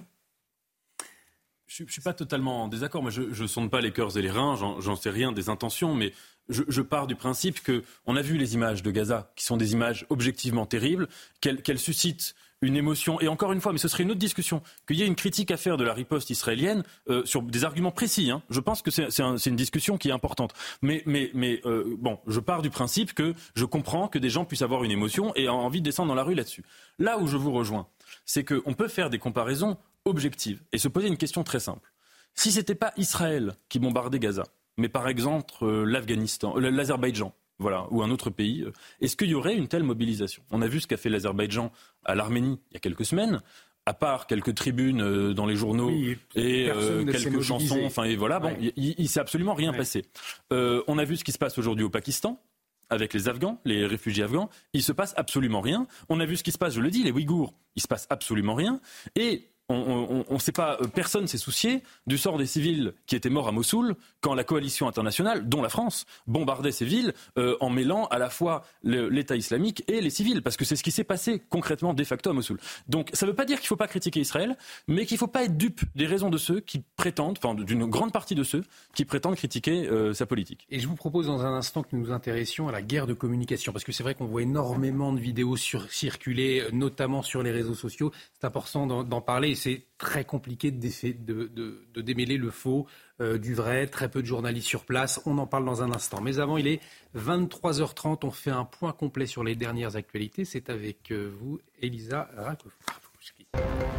Je ne suis pas totalement en désaccord. Moi, je ne sonde pas les cœurs et les reins, j'en, j'en sais rien des intentions, mais je, je pars du principe qu'on a vu les images de Gaza, qui sont des images objectivement terribles, qu'elles, qu'elles suscitent une émotion. Et encore une fois, mais ce serait une autre discussion, qu'il y ait une critique à faire de la riposte israélienne euh, sur des arguments précis. Hein. Je pense que c'est, c'est, un, c'est une discussion qui est importante. Mais, mais, mais euh, bon, je pars du principe que je comprends que des gens puissent avoir une émotion et envie de descendre dans la rue là-dessus. Là où je vous rejoins, c'est qu'on peut faire des comparaisons objective et se poser une question très simple. Si ce n'était pas Israël qui bombardait Gaza, mais par exemple euh, l'Afghanistan, euh, l'Azerbaïdjan, voilà, ou un autre pays, euh, est-ce qu'il y aurait une telle mobilisation ? On a vu ce qu'a fait l'Azerbaïdjan à l'Arménie il y a quelques semaines. à part quelques tribunes dans les journaux oui, et euh, quelques chansons, enfin et voilà, ouais. bon, il, il s'est absolument rien ouais. passé. Euh, on a vu ce qui se passe aujourd'hui au Pakistan avec les Afghans, les réfugiés afghans. Il se passe absolument rien. On a vu ce qui se passe, je le dis, les Ouïghours. Il se passe absolument rien. Et on, on, on sait pas, personne s'est soucié du sort des civils qui étaient morts à Mossoul quand la coalition internationale, dont la France, bombardait ces villes euh, en mêlant à la fois le, l'État islamique et les civils, parce que c'est ce qui s'est passé concrètement de facto à Mossoul. Donc ça ne veut pas dire qu'il ne faut pas critiquer Israël, mais qu'il ne faut pas être dupe des raisons de ceux qui prétendent, enfin d'une grande partie de ceux qui prétendent critiquer euh, sa politique. Et je vous propose dans un instant que nous nous intéressions à la guerre de communication, parce que c'est vrai qu'on voit énormément de vidéos sur, circuler, notamment sur les réseaux sociaux. C'est important d'en, d'en parler. C'est très compliqué de, défait, de, de, de démêler le faux euh, du vrai. Très peu de journalistes sur place. On en parle dans un instant. Mais avant, il est vingt-trois heures trente. On fait un point complet sur les dernières actualités. C'est avec euh, vous, Elisa Rakowski.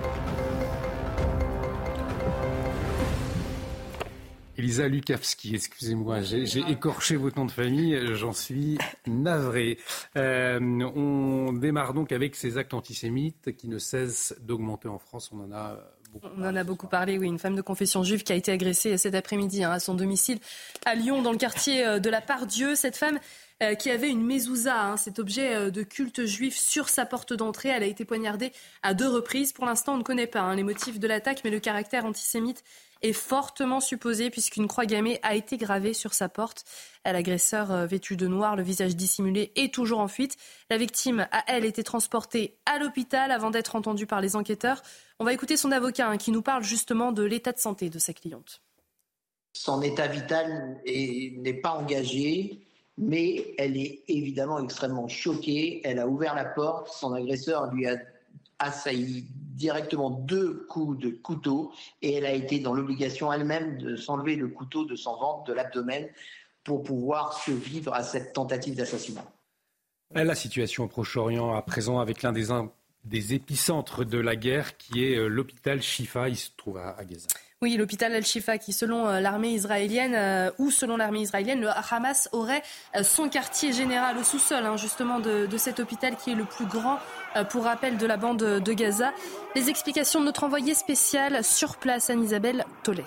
Elisa Lukavski, excusez-moi, j'ai, j'ai écorché votre nom de famille, j'en suis navré. Euh, on démarre donc avec ces actes antisémites qui ne cessent d'augmenter en France. On en a beaucoup On en a beaucoup parlé, oui. Une femme de confession juive qui a été agressée cet après-midi hein, à son domicile à Lyon, dans le quartier de la Part-Dieu. Cette femme euh, qui avait une mezouza, hein, cet objet de culte juif, sur sa porte d'entrée. Elle a été poignardée à deux reprises. Pour l'instant, on ne connaît pas hein, les motifs de l'attaque, mais le caractère antisémite est fortement supposé puisqu'une croix gammée a été gravée sur sa porte. L'agresseur vêtu de noir, le visage dissimulé, est toujours en fuite. La victime a, elle, été transportée à l'hôpital avant d'être entendue par les enquêteurs. On va écouter son avocat hein, qui nous parle justement de l'état de santé de sa cliente. Son état vital est, n'est pas engagé, mais elle est évidemment extrêmement choquée. Elle a ouvert la porte, son agresseur lui a assailli directement deux coups de couteau et elle a été dans l'obligation elle-même de s'enlever le couteau de son ventre, de l'abdomen, pour pouvoir survivre à cette tentative d'assassinat. La situation au Proche-Orient à présent avec l'un des, un, des épicentres de la guerre qui est l'hôpital Shifa, il se trouve à, à Gaza. Oui, l'hôpital Al-Shifa qui, selon l'armée israélienne, euh, ou selon l'armée israélienne, le Hamas aurait euh, son quartier général au sous-sol, hein, justement, de, de cet hôpital qui est le plus grand, euh, pour rappel, de la bande de Gaza. Les explications de notre envoyée spéciale sur place, Anne-Isabelle Tollet.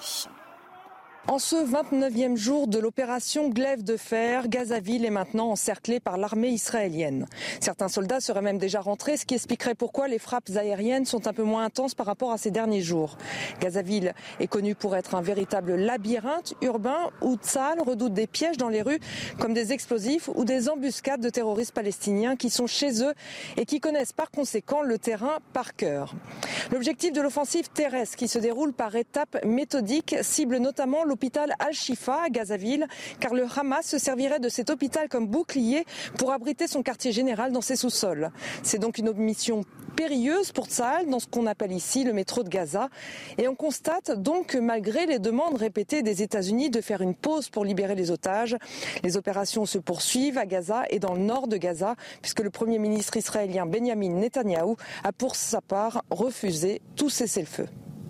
En ce vingt-neuvième jour de l'opération Glaive de fer, Gazaville est maintenant encerclée par l'armée israélienne. Certains soldats seraient même déjà rentrés, ce qui expliquerait pourquoi les frappes aériennes sont un peu moins intenses par rapport à ces derniers jours. Gazaville est connue pour être un véritable labyrinthe urbain où Tsahal redoute des pièges dans les rues comme des explosifs ou des embuscades de terroristes palestiniens qui sont chez eux et qui connaissent par conséquent le terrain par cœur. L'objectif de l'offensive terrestre qui se déroule par étapes méthodiques cible notamment l'hôpital Al-Shifa à Gazaville, car le Hamas se servirait de cet hôpital comme bouclier pour abriter son quartier général dans ses sous-sols. C'est donc une mission périlleuse pour Tsahal dans ce qu'on appelle ici le métro de Gaza. Et on constate donc que malgré les demandes répétées des États-Unis de faire une pause pour libérer les otages, les opérations se poursuivent à Gaza et dans le nord de Gaza, puisque le Premier ministre israélien Benjamin Netanyahou a pour sa part refusé tout cessez-le-feu.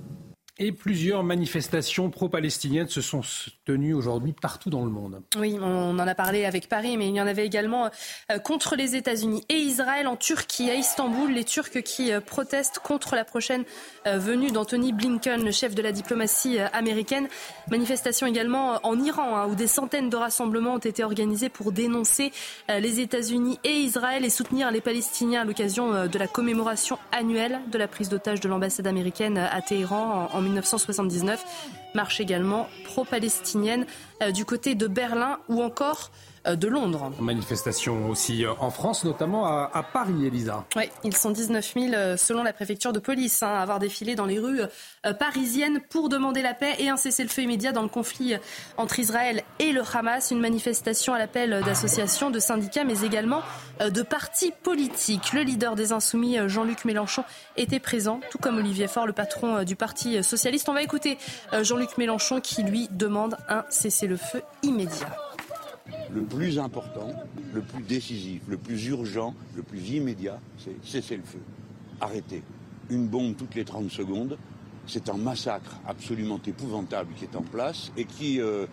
Et plusieurs manifestations pro-palestiniennes se sont tenues aujourd'hui partout dans le monde. Oui, on en a parlé avec Paris, mais il y en avait également contre les États-Unis et Israël, en Turquie, à Istanbul. Les Turcs qui protestent contre la prochaine venue d'Anthony Blinken, le chef de la diplomatie américaine. Manifestation également en Iran, hein, où des centaines de rassemblements ont été organisés pour dénoncer les États-Unis et Israël et soutenir les Palestiniens à l'occasion de la commémoration annuelle de la prise d'otage de l'ambassade américaine à Téhéran en mille neuf cent soixante-dix-neuf. Marche également pro-palestinienne euh, du côté de Berlin ou encore euh, de Londres. Manifestation aussi euh, en France, notamment à, à Paris, Elisa. Oui, ils sont dix-neuf mille euh, selon la préfecture de police hein, à avoir défilé dans les rues euh, parisiennes pour demander la paix et un cessez-le-feu immédiat dans le conflit euh, entre Israël et le Hamas. Une manifestation à l'appel d'associations, de syndicats, mais également euh, de partis politiques. Le leader des Insoumis, euh, Jean-Luc Mélenchon, était présent, tout comme Olivier Faure, le patron euh, du Parti socialiste. On va écouter euh, Jean-Luc Mélenchon qui lui demande un cessez-le-feu immédiat. Le plus important, le plus décisif, le plus urgent, le plus immédiat, c'est cessez-le-feu. Arrêtez. Une bombe toutes les trente secondes, c'est un massacre absolument épouvantable qui est en place et qui euh,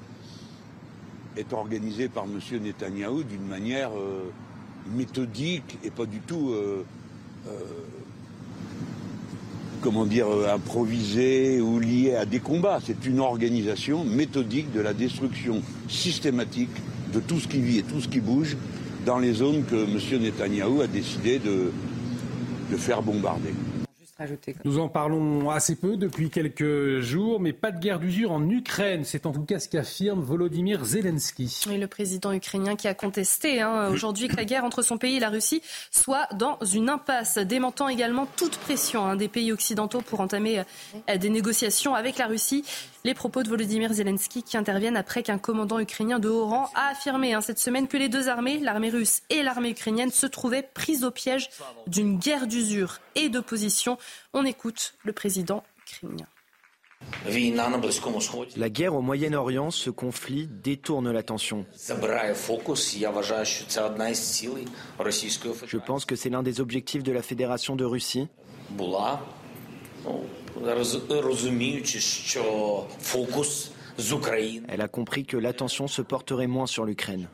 est organisé par M. Netanyahou d'une manière euh, méthodique et pas du tout euh, euh, comment dire, improvisée ou liée à des combats. C'est une organisation méthodique de la destruction systématique de tout ce qui vit et tout ce qui bouge dans les zones que M. Netanyahou a décidé de, de faire bombarder. Nous en parlons assez peu depuis quelques jours, mais pas de guerre d'usure en Ukraine. C'est en tout cas ce qu'affirme Volodymyr Zelensky. Et le président ukrainien qui a contesté hein, aujourd'hui que la guerre entre son pays et la Russie soit dans une impasse, démentant également toute pression hein, des pays occidentaux pour entamer euh, des négociations avec la Russie. Les propos de Volodymyr Zelensky qui interviennent après qu'un commandant ukrainien de haut rang a affirmé hein, cette semaine que les deux armées, l'armée russe et l'armée ukrainienne, se trouvaient prises au piège d'une guerre d'usure et d'opposition. On écoute le président ukrainien. La guerre au Moyen-Orient, ce conflit détourne l'attention. Je pense que c'est l'un des objectifs de la Fédération de Russie. Elle a compris que l'attention se porterait moins sur l'Ukraine.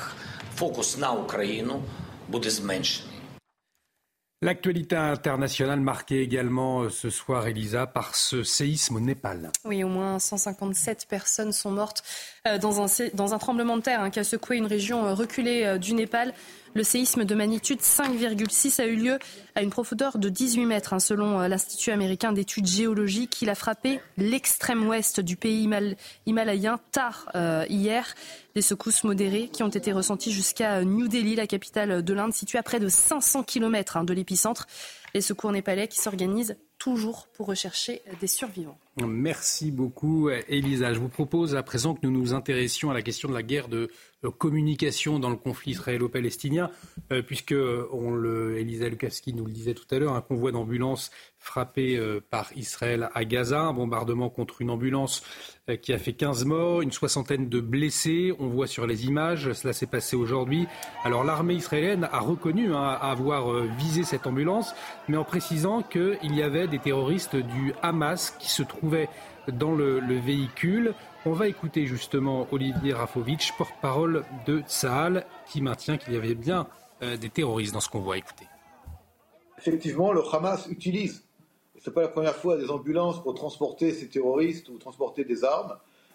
L'actualité internationale marquée également ce soir, Elisa, par ce séisme au Népal. Oui, au moins cent cinquante-sept personnes sont mortes dans un, dans un tremblement de terre hein, qui a secoué une région reculée du Népal. Le séisme de magnitude cinq virgule six a eu lieu à une profondeur de dix-huit mètres, hein, selon l'Institut américain d'études géologiques. Il a frappé l'extrême ouest du pays himal- himalayen tard euh, hier. Des secousses modérées qui ont été ressenties jusqu'à New Delhi, la capitale de l'Inde, située à près de cinq cents kilomètres hein, de l'épicentre. Les secours népalais qui s'organisent toujours pour rechercher des survivants. Merci beaucoup, Elisa. Je vous propose à présent que nous nous intéressions à la question de la guerre de communication dans le conflit israélo-palestinien, euh, puisque on le, Elisa Lukavski nous le disait tout à l'heure, un convoi d'ambulance frappé euh, par Israël à Gaza, un bombardement contre une ambulance euh, qui a fait quinze morts, une soixantaine de blessés. On voit sur les images, cela s'est passé aujourd'hui. Alors l'armée israélienne a reconnu hein, avoir euh, visé cette ambulance, mais en précisant qu'il y avait des terroristes du Hamas qui se trouvaient dans le, le véhicule. On va écouter justement Olivier Rafovitch, porte-parole de Tsahal, qui maintient qu'il y avait bien euh, des terroristes dans ce convoi. Écoutez. Effectivement, le Hamas utilise, et ce n'est pas la première fois, des ambulances pour transporter ces terroristes ou transporter des armes.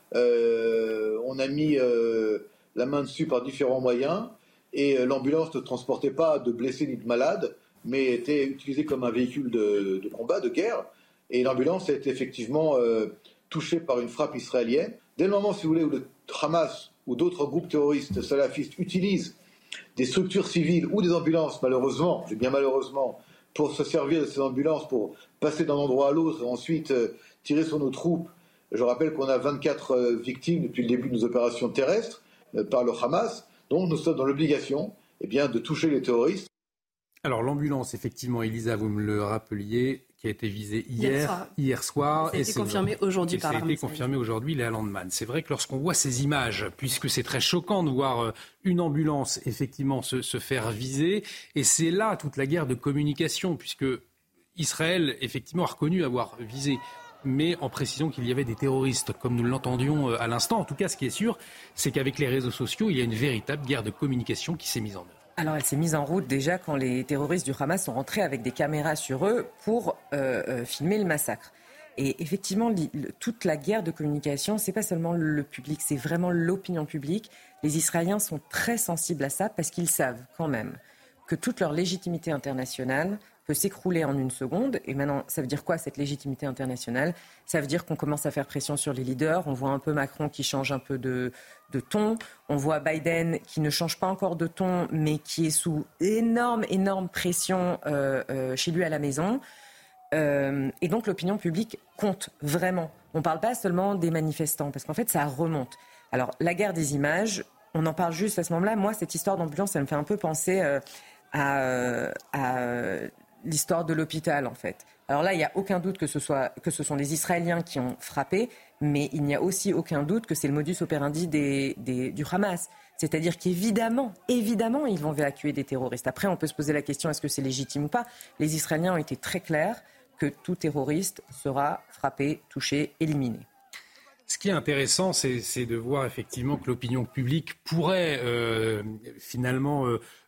Euh, on a mis euh, la main dessus par différents moyens, et euh, l'ambulance ne transportait pas de blessés ni de malades, mais était utilisée comme un véhicule de, de combat, de guerre. Et l'ambulance a été effectivement euh, touchée par une frappe israélienne. Dès le moment, si vous voulez, où le Hamas ou d'autres groupes terroristes salafistes utilisent des structures civiles ou des ambulances, malheureusement, je dis bien malheureusement, pour se servir de ces ambulances, pour passer d'un endroit à l'autre et ensuite euh, tirer sur nos troupes. Je rappelle qu'on a vingt-quatre euh, victimes depuis le début de nos opérations terrestres euh, par le Hamas. Donc nous sommes dans l'obligation eh bien, de toucher les terroristes. Alors l'ambulance, effectivement, Elisa, vous me le rappeliez, qui a été visée hier, hier soir. Hier soir ça a été confirmé aujourd'hui par l'armée. Ça a été confirmé aujourd'hui, Léa Landman. C'est vrai que lorsqu'on voit ces images, puisque c'est très choquant de voir une ambulance effectivement se, se faire viser, et c'est là toute la guerre de communication, puisque Israël, effectivement, a reconnu avoir visé, mais en précisant qu'il y avait des terroristes, comme nous l'entendions à l'instant. En tout cas, ce qui est sûr, c'est qu'avec les réseaux sociaux, il y a une véritable guerre de communication qui s'est mise en œuvre. Alors, elle s'est mise en route déjà quand les terroristes du Hamas sont rentrés avec des caméras sur eux pour euh, euh, filmer le massacre. Et effectivement, li, le, toute la guerre de communication, c'est pas seulement le public, c'est vraiment l'opinion publique. Les Israéliens sont très sensibles à ça parce qu'ils savent quand même que toute leur légitimité internationale peut s'écrouler en une seconde. Et maintenant, ça veut dire quoi, cette légitimité internationale ? Ça veut dire qu'on commence à faire pression sur les leaders. On voit un peu Macron qui change un peu de, de ton. On voit Biden qui ne change pas encore de ton, mais qui est sous énorme, énorme pression euh, euh, chez lui à la maison. Euh, et donc, l'opinion publique compte vraiment. On ne parle pas seulement des manifestants, parce qu'en fait, ça remonte. Alors, la guerre des images, on en parle juste à ce moment-là. Moi, cette histoire d'ambulance, ça me fait un peu penser euh, à... Euh, à l'histoire de l'hôpital, en fait. Alors là, il n'y a aucun doute que ce soit, que ce sont des Israéliens qui ont frappé, mais il n'y a aussi aucun doute que c'est le modus operandi des, des, du Hamas. C'est-à-dire qu'évidemment, évidemment, ils vont évacuer des terroristes. Après, on peut se poser la question, est-ce que c'est légitime ou pas ? Les Israéliens ont été très clairs que tout terroriste sera frappé, touché, éliminé. Ce qui est intéressant, c'est, c'est de voir effectivement que l'opinion publique pourrait euh, finalement... Euh,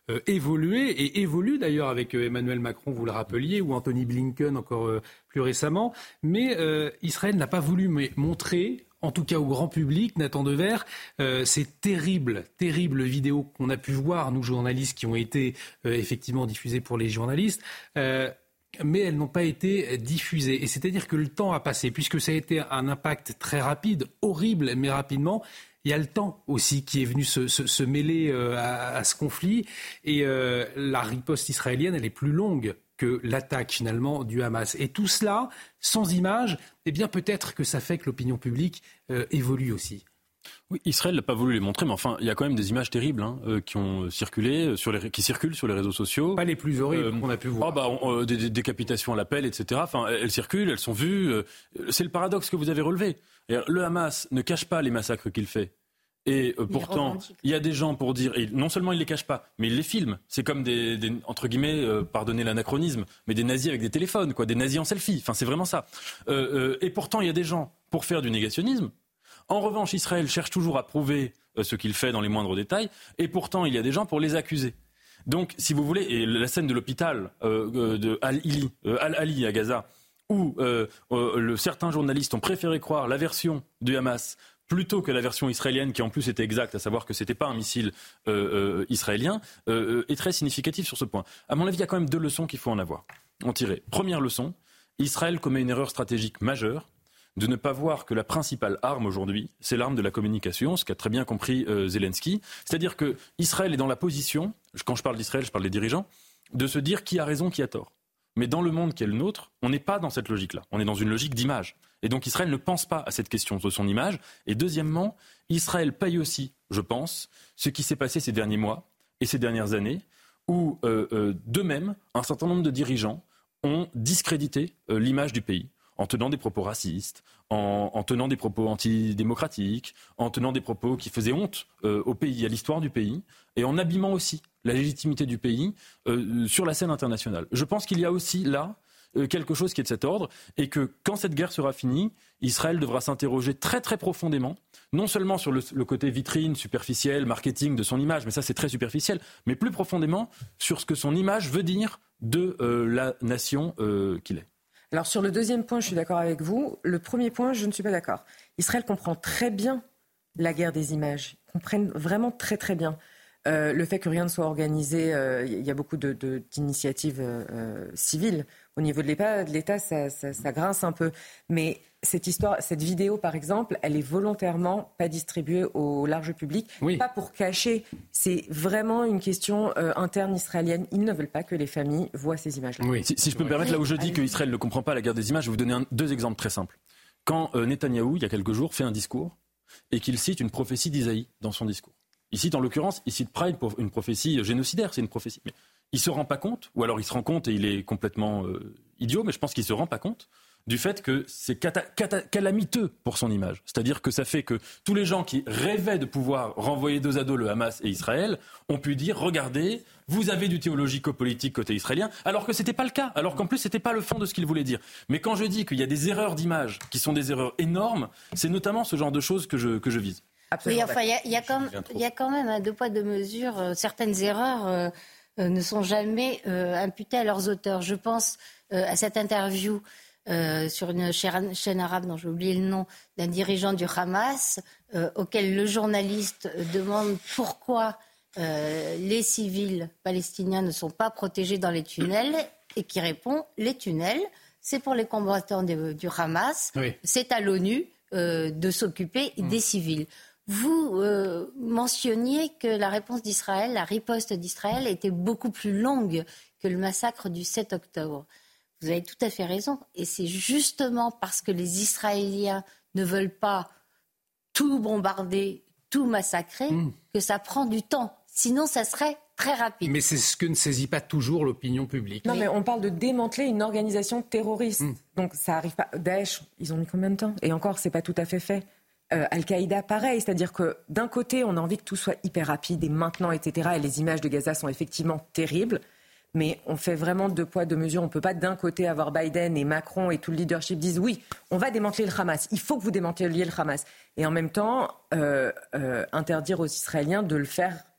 euh, évolué et évolue d'ailleurs avec euh, Emmanuel Macron, vous le rappeliez, ou Anthony Blinken encore euh, plus récemment. Mais euh, Israël n'a pas voulu montrer, en tout cas au grand public, Nathan Devers, euh, ces terribles, terribles vidéos qu'on a pu voir, nous journalistes, qui ont été euh, effectivement diffusées pour les journalistes. Euh, mais elles n'ont pas été diffusées. Et c'est-à-dire que le temps a passé, puisque ça a été un impact très rapide, horrible, mais rapidement. Il y a le temps aussi qui est venu se, se, se mêler euh, à, à ce conflit. Et euh, la riposte israélienne, elle est plus longue que l'attaque finalement du Hamas. Et tout cela, sans images, eh bien peut-être que ça fait que l'opinion publique euh, évolue aussi. Oui, Israël n'a pas voulu les montrer, mais enfin, il y a quand même des images terribles hein, euh, qui ont circulé, sur les, qui circulent sur les réseaux sociaux. Pas les plus horribles euh, qu'on a pu voir. Ah bah, on, euh, des, des décapitations à l'appel, et cetera. Enfin, elles circulent, elles sont vues. Euh, c'est le paradoxe que vous avez relevé. Et le Hamas ne cache pas les massacres qu'il fait. Et euh, pourtant, il y a des gens pour dire, et non seulement il les cache pas, mais il les filme. C'est comme des, des entre guillemets, euh, pardonnez l'anachronisme, mais des nazis avec des téléphones, quoi, des nazis en selfie. Enfin, c'est vraiment ça. Euh, euh, et pourtant, il y a des gens pour faire du négationnisme. En revanche, Israël cherche toujours à prouver euh, ce qu'il fait dans les moindres détails, et pourtant, il y a des gens pour les accuser. Donc, si vous voulez, et la scène de l'hôpital euh, de Al-Ali, euh, Al-Ali à Gaza, où euh, euh, le, certains journalistes ont préféré croire la version du Hamas plutôt que la version israélienne, qui en plus était exacte, à savoir que c'était pas un missile euh, euh, israélien, euh, est très significatif sur ce point. À mon avis, il y a quand même deux leçons qu'il faut en avoir, en tirer. Première leçon, Israël commet une erreur stratégique majeure de ne pas voir que la principale arme aujourd'hui, c'est l'arme de la communication, ce qu'a très bien compris euh, Zelensky. C'est-à-dire que Israël est dans la position, quand je parle d'Israël, je parle des dirigeants, de se dire qui a raison, qui a tort. Mais dans le monde qui est le nôtre, on n'est pas dans cette logique-là. On est dans une logique d'image. Et donc Israël ne pense pas à cette question de son image. Et deuxièmement, Israël paye aussi, je pense, ce qui s'est passé ces derniers mois et ces dernières années, où euh, euh, d'eux-mêmes, un certain nombre de dirigeants ont discrédité euh, l'image du pays, en tenant des propos racistes, en, en tenant des propos antidémocratiques, en tenant des propos qui faisaient honte euh, au pays, à l'histoire du pays, et en abîmant aussi la légitimité du pays euh, sur la scène internationale. Je pense qu'il y a aussi là euh, quelque chose qui est de cet ordre, et que quand cette guerre sera finie, Israël devra s'interroger très très profondément, non seulement sur le, le côté vitrine, superficiel, marketing de son image, mais ça c'est très superficiel, mais plus profondément sur ce que son image veut dire de euh, la nation euh, qu'il est. Alors sur le deuxième point, je suis d'accord avec vous. Le premier point, je ne suis pas d'accord. Israël comprend très bien la guerre des images. Ils comprennent vraiment très très bien. Euh, le fait que rien ne soit organisé, il euh, y a beaucoup de, de, d'initiatives euh, civiles. Au niveau de l'État, de l'État ça, ça, ça grince un peu. Mais cette histoire, cette vidéo, par exemple, elle est volontairement pas distribuée au large public, oui. Pas pour cacher. C'est vraiment une question euh, interne israélienne. Ils ne veulent pas que les familles voient ces images-là. Oui. Si, si je peux me permettre, là où je dis qu'Israël ne comprend pas la guerre des images, je vais vous donner un, deux exemples très simples. Quand euh, Netanyahou, il y a quelques jours, fait un discours et qu'il cite une prophétie d'Isaïe dans son discours. Il cite, en l'occurrence, il cite Pride pour une prophétie génocidaire, c'est une prophétie. Mais il se rend pas compte, ou alors il se rend compte et il est complètement euh, idiot, mais je pense qu'il se rend pas compte du fait que c'est cata- cata- calamiteux pour son image. C'est-à-dire que ça fait que tous les gens qui rêvaient de pouvoir renvoyer dos à dos le Hamas et Israël ont pu dire, regardez, vous avez du théologico-politique côté israélien, alors que c'était pas le cas, alors qu'en plus c'était pas le fond de ce qu'il voulait dire. Mais quand je dis qu'il y a des erreurs d'image qui sont des erreurs énormes, c'est notamment ce genre de choses que je, que je vise. Absolument. Oui, enfin, il y a, y, a y a quand même un deux poids deux mesures. Euh, certaines erreurs euh, euh, ne sont jamais euh, imputées à leurs auteurs. Je pense euh, à cette interview euh, sur une chaîne, chaîne arabe dont j'ai oublié le nom, d'un dirigeant du Hamas, euh, auquel le journaliste demande pourquoi euh, les civils palestiniens ne sont pas protégés dans les tunnels, et qui répond, les tunnels, c'est pour les combattants de, du Hamas, oui. C'est à l'ONU euh, de s'occuper mmh. des civils. Vous euh, mentionniez que la réponse d'Israël, la riposte d'Israël était beaucoup plus longue que le massacre du sept octobre. Vous avez tout à fait raison. Et c'est justement parce que les Israéliens ne veulent pas tout bombarder, tout massacrer, mmh. que ça prend du temps. Sinon, ça serait très rapide. Mais c'est ce que ne saisit pas toujours l'opinion publique. Non, mais on parle de démanteler une organisation terroriste. Mmh. Donc ça arrive pas. Daesh, ils ont mis combien de temps ? Et encore, c'est pas tout à fait fait. Euh, Al-Qaïda, pareil, c'est-à-dire que d'un côté, on a envie que tout soit hyper rapide et maintenant, et cetera. Et les images de Gaza sont effectivement terribles, mais on fait vraiment deux poids, deux mesures. On ne peut pas d'un côté avoir Biden et Macron et tout le leadership disent oui, on va démanteler le Hamas, il faut que vous démanteliez le Hamas. Et en même temps, euh, euh, interdire aux Israéliens de le faire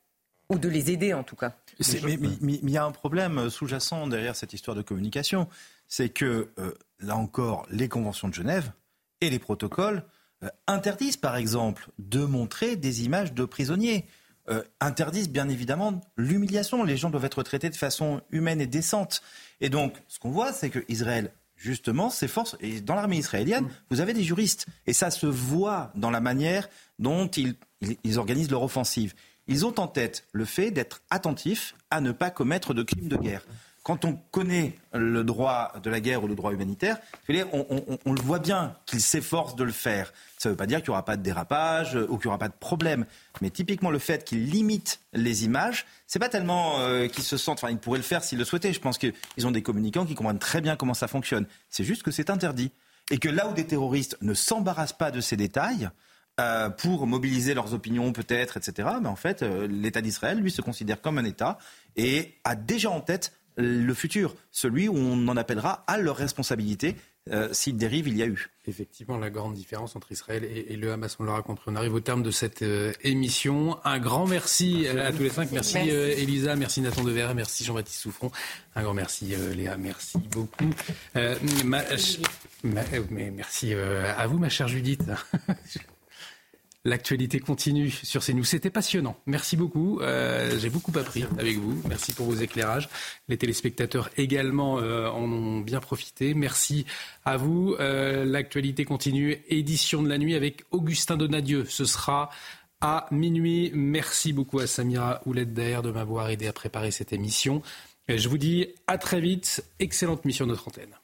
Ou de les aider en tout cas. Mais il y a un problème sous-jacent derrière cette histoire de communication. C'est que, euh, là encore, les conventions de Genève et les protocoles euh, interdisent, par exemple, de montrer des images de prisonniers. Euh, interdisent, bien évidemment, l'humiliation. Les gens doivent être traités de façon humaine et décente. Et donc, ce qu'on voit, c'est qu'Israël, justement, s'efforce. Et dans l'armée israélienne, vous avez des juristes. Et ça se voit dans la manière dont ils, ils, ils organisent leur offensive. Ils ont en tête le fait d'être attentifs à ne pas commettre de crimes de guerre. Quand on connaît le droit de la guerre ou le droit humanitaire, on, on, on le voit bien qu'ils s'efforcent de le faire. Ça ne veut pas dire qu'il n'y aura pas de dérapage ou qu'il n'y aura pas de problème. Mais typiquement, le fait qu'ils limitent les images, c'est pas tellement euh, qu'ils se sentent... Enfin, ils pourraient le faire s'ils le souhaitaient. Je pense qu'ils ont des communicants qui comprennent très bien comment ça fonctionne. C'est juste que c'est interdit. Et que là où des terroristes ne s'embarrassent pas de ces détails... Euh, pour mobiliser leurs opinions peut-être, et cetera. Mais en fait, euh, l'État d'Israël, lui, se considère comme un État et a déjà en tête le futur, celui où on en appellera à leur responsabilité euh, si dérive il y a eu. Effectivement, la grande différence entre Israël et, et le Hamas, on l'aura compris. On arrive au terme de cette euh, émission. Un grand merci à, à tous les cinq. Merci, merci. Euh, Elisa, merci Nathan Dever, merci Jean-Baptiste Souffron. Un grand merci euh, Léa, merci beaucoup. Euh, ma, ma, mais merci euh, à vous, ma chère Judith. L'actualité continue sur CNews. C'était passionnant. Merci beaucoup. Euh, j'ai beaucoup appris avec vous. Merci pour vos éclairages. Les téléspectateurs également euh, en ont bien profité. Merci à vous. Euh, l'actualité continue. Édition de la nuit avec Augustin Donadieu. Ce sera à minuit. Merci beaucoup à Samira Oulet-Daher de m'avoir aidé à préparer cette émission. Et je vous dis à très vite. Excellente mission de notre antenne.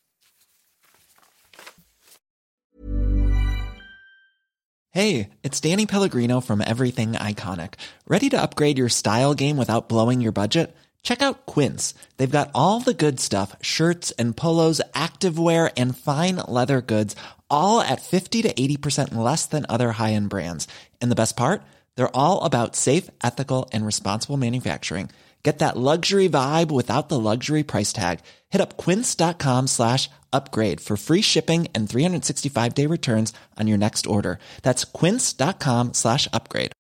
Hey, it's Danny Pellegrino from Everything Iconic. Ready to upgrade your style game without blowing your budget? Check out Quince. They've got all the good stuff, shirts and polos, activewear, and fine leather goods, all at fifty to eighty percent less than other high-end brands. And the best part? They're all about safe, ethical, and responsible manufacturing. Get that luxury vibe without the luxury price tag. Hit up quince.com slash upgrade for free shipping and three sixty-five day returns on your next order. That's quince.com slash upgrade.